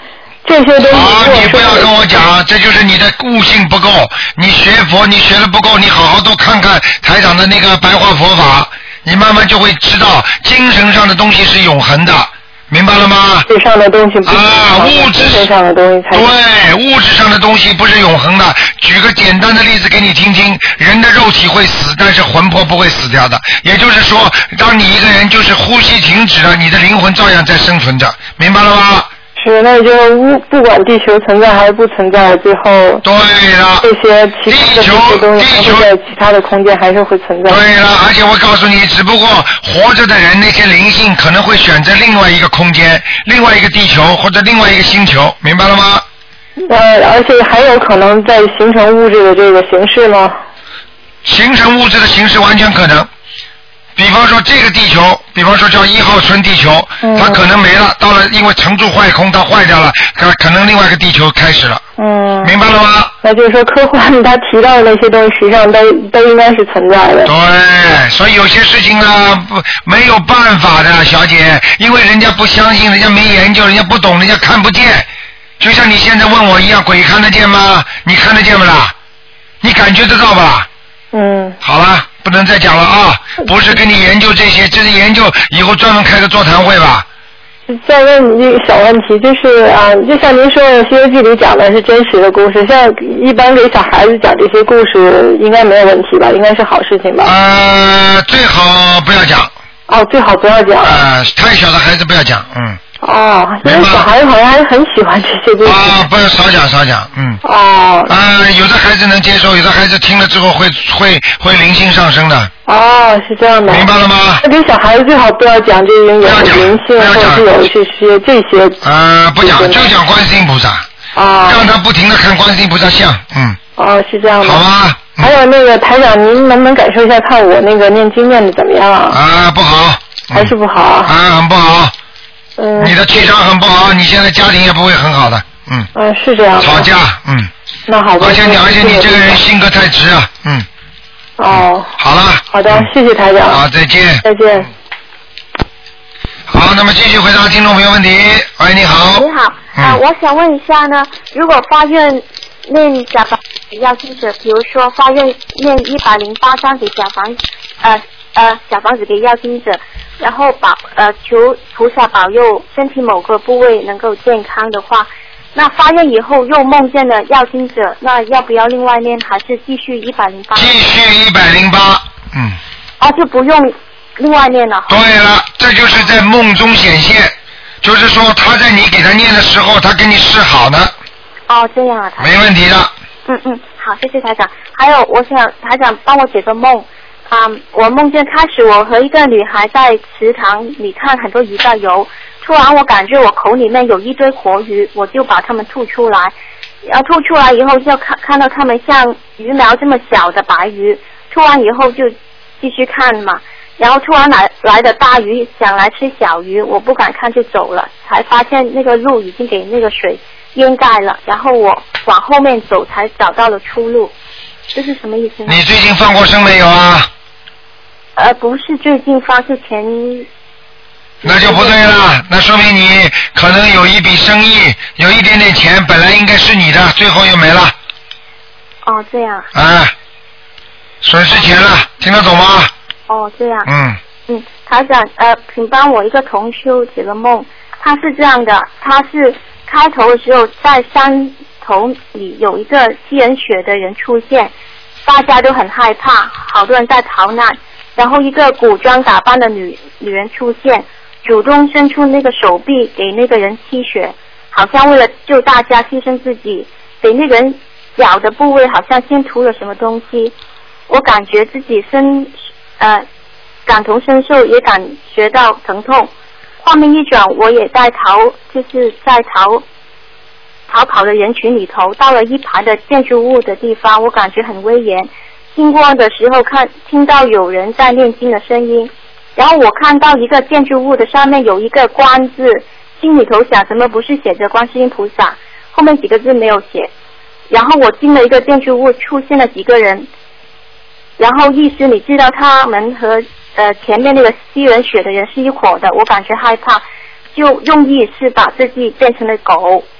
这些都好，你不要跟我讲，这就是你的悟性不够。你学佛，你学的不够，你好好多看看台长的那个白话佛法，你慢慢就会知道，精神上的东西是永恒的，明白了吗？ 物质上的东西不是啊，物质精神上的东西才对，物质上的东西不是永恒的。举个简单的例子给你听听，人的肉体会死，但是魂魄不会死掉的。也就是说，当你一个人就是呼吸停止了，你的灵魂照样在生存着，明白了吗？ 是，那就不不管地球存在还是不存在，最后对了， 这些其他的这些东西还会在其他的空间还是会存在。 对了，而且我告诉你，只不过活着的人那些灵性可能会选择另外一个空间、另外一个地球或者另外一个星球，明白了吗？ 呃，而且还有可能在形成物质的这个形式吗？ 形成物质的形式完全可能。比方说这个地球，比方说叫一号村地球， 嗯、 它可能没了，到了因为成住坏空，它坏掉了，可可能另外一个地球开始了。 嗯， 明白了吗？ 那就是说，科幻他提到的那些东西，实际上都都应该是存在的。 对，所以有些事情呢，不没有办法的，小姐，因为人家不相信，人家没研究，人家不懂，人家看不见。就像你现在问我一样，鬼看得见吗？你看得见不啦？你感觉得到吧？ 嗯。 好了，不能再讲了啊！不是跟你研究这些，这是研究以后专门开个座谈会吧。 再问你一个小问题，就是啊，就像您说的《西游记》里讲的是真实的故事，像一般给小孩子讲这些故事，应该没有问题吧？应该是好事情吧？ 呃，最好不要讲。 哦，最好不要讲。 呃，太小的孩子不要讲，嗯。 哦，因为小孩好像还很喜欢这些故事。 啊，不要少讲少讲，嗯。 哦。 啊，有的孩子能接受，有的孩子听了之后会会会灵性上升的。 哦，是这样的。 明白了吗？ 那给小孩子最好不要讲这种有灵性或者是有这些这些。 呃，不讲，就讲观世音菩萨。 啊。 让他不停的看观世音菩萨像，嗯。 哦，是这样的。 好吧。 还有那个台长，您能不能感受一下，看我那个念经念的怎么样啊？ 啊，不好。 还是不好啊？ 啊，很不好。 嗯。 你的气场很不好，你现在家庭也不会很好的，嗯。 嗯，是这样。 吵架，嗯。 那好吧。 而且你，而且你这个人性格太直啊，嗯。 哦。 好了。 好的，谢谢台长。 好，再见。 再见。 好，那么继续回答听众朋友问题。喂，你好。 你好，啊、呃，我想问一下呢，如果发愿念小房子要经者，比如说发愿念一百零八张给小房，呃呃小房子给要经者，然后保呃求菩萨保佑身体某个部位能够健康的话，那发愿以后又梦见了要经者，那要不要另外念，还是继续一百零八？ 继续一百零八，嗯。 哦，就不用另外念了。 对了，这就是在梦中显现，就是说他在你给他念的时候，他跟你示好呢。 哦，这样啊，台长。 没问题的。 嗯嗯，好，谢谢台长。还有，我想台长帮我解个梦。啊、嗯，我梦见开始我和一个女孩在池塘里看很多鱼在游，突然我感觉我口里面有一堆活鱼，我就把它们吐出来，然后吐出来以后就看看到它们像鱼苗这么小的白鱼，吐完以后就继续看嘛，然后突然来来的大鱼想来吃小鱼，我不敢看就走了，才发现那个路已经给那个水淹盖了，然后我往后面走才找到了出路，这是什么意思呢？ 你最近放过生没有啊？ 呃，不是最近发，是前。 那就不对了，那说明你可能有一笔生意，有一点点钱，本来应该是你的，最后又没了。 哦，这样。 啊，损失钱了，哦、听得懂吗？ 哦，这样。 嗯。 嗯，台长，呃，请帮我一个同修解个梦，他是这样的，他是开头的时候在山头里有一个吸人血的人出现，大家都很害怕，好多人在逃难。然后一个古装打扮的女女人出现，主动伸出那个手臂给那个人吸血，好像为了救大家牺牲自己，给那个人脚的部位好像先涂了什么东西。我感觉自己身呃感同身受，也感觉到疼痛。画面一转，我也在逃，就是在逃逃跑的人群里头，到了一排的建筑物的地方，我感觉很威严。经过的时候看听到有人在念经的声音，然后我看到一个建筑物的上面有一个观字，心里头想怎么不是写着观世音菩萨，后面几个字没有写。然后我进了一个建筑物，出现了几个人，然后意思你知道他们和呃前面那个吸人血的人是一伙的，我感觉害怕，就用意是把自己变成了狗，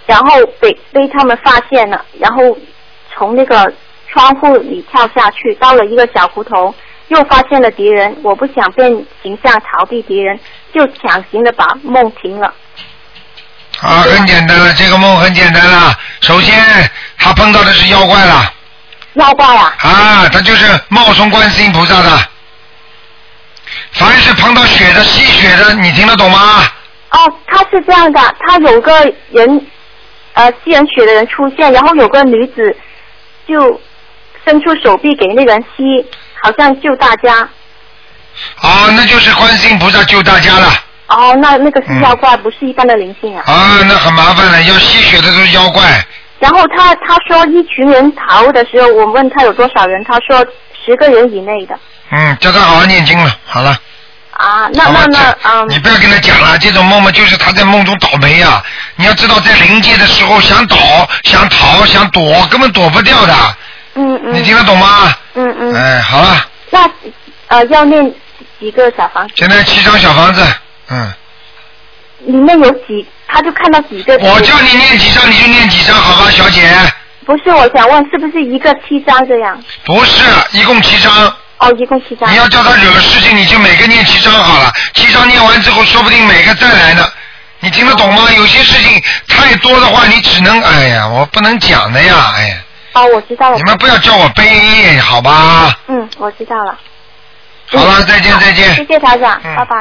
然后被被他们发现了，然后从那个窗户里跳下去，到了一个小胡同，又发现了敌人。我不想变形象逃避敌人，就强行的把梦停了。 啊，很简单了，这个梦很简单了。首先，他碰到的是妖怪了。 妖怪啊？ 啊，他就是冒充观世音菩萨的。凡是碰到血的、吸血的，你听得懂吗？ 哦，他是这样的，他有个人，呃，吸人血的人出现，然后有个女子就伸出手臂给那个人吸，好像救大家。 啊，那就是观世音菩萨救大家了。 哦，那那个是妖怪，嗯、不是一般的灵性啊。 啊，那很麻烦了，要吸血的都是妖怪。 然后他他说一群人逃的时候，我问他有多少人，他说十个人以内的。 嗯，叫他好好念经了，好了。 啊，那那那啊、嗯！ 你不要跟他讲了，这种梦嘛，就是他在梦中倒霉呀、啊。你要知道，在灵界的时候，想倒、想逃、想躲，根本躲不掉的。 嗯嗯。 你听得懂吗？ 嗯嗯。 哎，好了。 那呃，要念几个小房子？ 现在七张小房子，嗯。 里面有几？他就看到几个。 我叫你念几张，你就念几张，好吧，小姐。 不是，我想问，是不是一个七张这样？ 不是，一共七张。 哦，一共七张。 你要叫他惹了事情，你就每个念七张好了。七张念完之后，说不定每个再来呢。你听得懂吗？有些事情太多的话，你只能哎呀，我不能讲的呀，哎呀。 哦，我知道了。 你们不要叫我背，好吧？ 嗯，我知道了。 好了，再见再见。 谢谢台长，嗯、拜拜。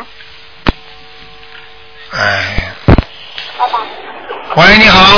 哎。拜拜。喂，你好。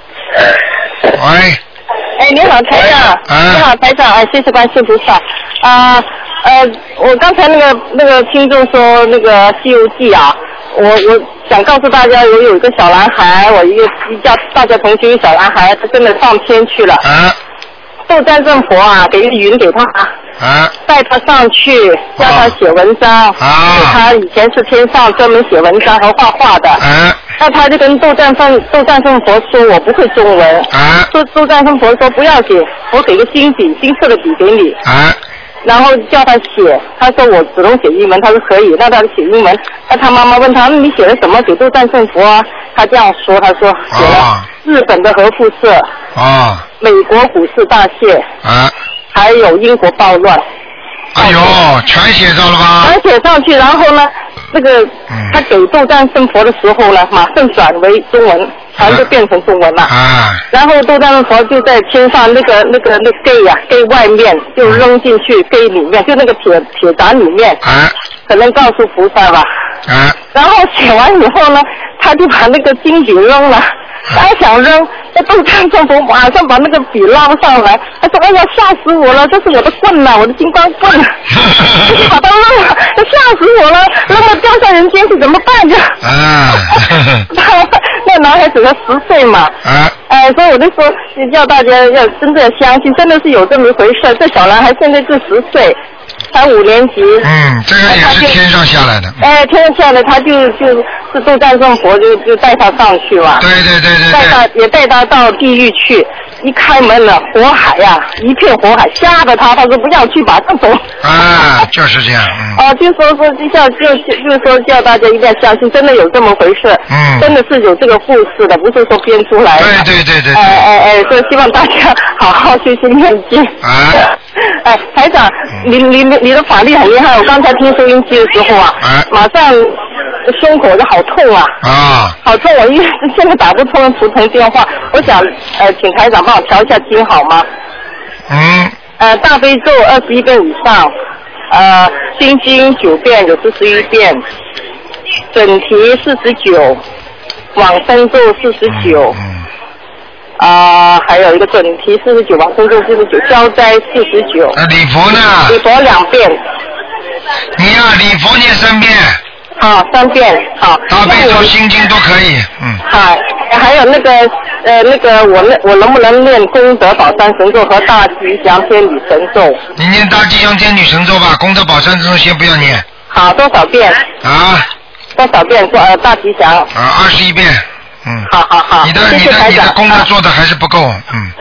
喂。 哎，你好，台长。 啊、 你好，台长，哎，谢谢观世菩萨。啊，呃，我刚才那个那个听众说那个《西游记》啊，我我想告诉大家，我有一个小男孩，我一个一家大家同学一个小男孩，他真的上天去了。 啊。 斗战胜佛啊，给个云给他。 啊。 带他上去，教他写文章。 啊。 他以前是天上专门写文章和画画的。 啊。 那他就跟斗战胜斗战胜佛说：“我不会中文。” 啊。 斗斗战胜佛说：“不要紧，我给个新笔，新色的笔给你。” 啊。 然后叫他写，他说我只能写英文，他说可以，那他写英文。那他妈妈问他，那你写了什么给斗战胜佛啊？他这样说，他说写了日本的核辐射， 啊， 美国股市大泻， 啊， 还有英国暴乱。 哎呦，全写到了吧？ 全写上去，然后呢，那个、嗯、他给斗战胜佛的时候呢，马上转为中文，全都变成中文了。 啊。 然后斗战胜佛就在天上那个那个那个 gate 啊 gate 外面就扔进去 gate 里面，就那个铁铁闸里面。 啊。 可能告诉菩萨吧。 啊。 然后写完以后呢，他就把那个金笔扔了。他想扔，那斗战胜佛马上把那个笔捞上来，他说：“哎呀，吓死我了！这是我的棍呐、啊，我的金刚棍。”就把它扔了，吓死我了！扔了掉下人间去怎么办呀？ 啊！ 他那男孩子才十岁嘛。 啊。 哎，所以我就说，叫大家要真的相信，真的是有这么一回事。这小男孩现在就十岁。才五年级。 嗯，这个也是天上下来的。 哎，天上下来，他就就是斗战胜佛就就带他上去了。 对对对对。 带他也带他到地狱去，一开门了，火海呀、啊，一片火海，吓得他，他说不要去，马上走。 啊，就是这样。嗯。 哦、啊，就说说就叫就就是说叫大家一定要相信，真的有这么回事。 嗯。 真的是有这个故事的，不是说编出来的。 对对对对。 哎哎哎，所以希望大家好好学习念经。 啊。 哎，台长，你你你的法力很厉害，我刚才听收音机的时候啊， 啊马上胸口就好痛啊， 啊， 好痛！我因为现在打不通图腾电话，我想呃请台长帮我调一下经好吗？ 嗯。 呃，大悲咒二十一遍以上，呃，心经九遍有四十一遍，准提四十九，往生咒四十九。 嗯。 啊、呃，还有一个准提四十九，往生咒四十九，消灾四十九。 啊，礼佛呢？ 礼佛两遍。 你呀、啊，礼佛念三遍。 好，三遍，好。 大悲咒、心经都可以，嗯。 好，还有那个呃，那个我那我能不能念功德宝山神咒和大吉祥天女神咒？ 你念大吉祥天女神咒吧，功德宝山神咒先不要念。 好，多少遍？ 啊。 多少遍？呃，大吉祥。 啊，二十一遍。嗯， 好好好， 你的你的你的功课做的还是不够，嗯。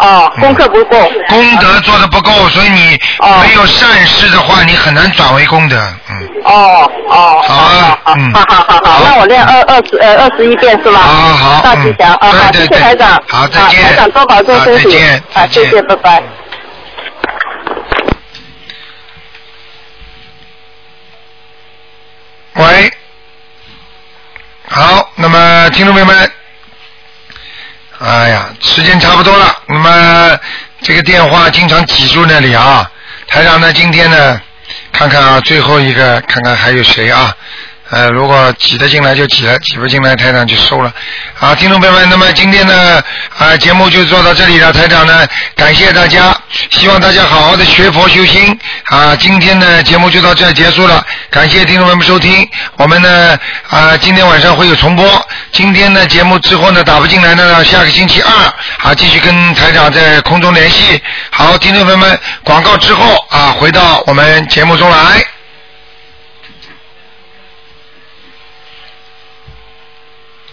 哦，功课不够。 功德做的不够，所以你没有善事的话，你很难转为功德。嗯。 哦哦。 好啊。嗯。 好好好好，那我练二二十呃二十一遍是吧？ 好好。 大吉祥啊，好，谢谢台长。 好，再见。 台长多保重身体。 再见。 啊，谢谢，拜拜。 喂。好，那么听众朋友们。哎呀，时间差不多了，那么这个电话经常挤住那里啊。台长呢，今天呢，看看啊，最后一个，看看还有谁啊？呃，如果挤得进来就挤了，挤不进来台长就收了。好，听众朋友们，那么今天呢，啊，节目就做到这里了。台长呢，感谢大家，希望大家好好的学佛修心。啊，今天呢，节目就到这结束了，感谢听众朋友们收听。我们呢，啊，今天晚上会有重播。今天的节目之后呢，打不进来的呢，下个星期二啊，继续跟台长在空中联系。好，听众朋友们，广告之后啊，回到我们节目中来。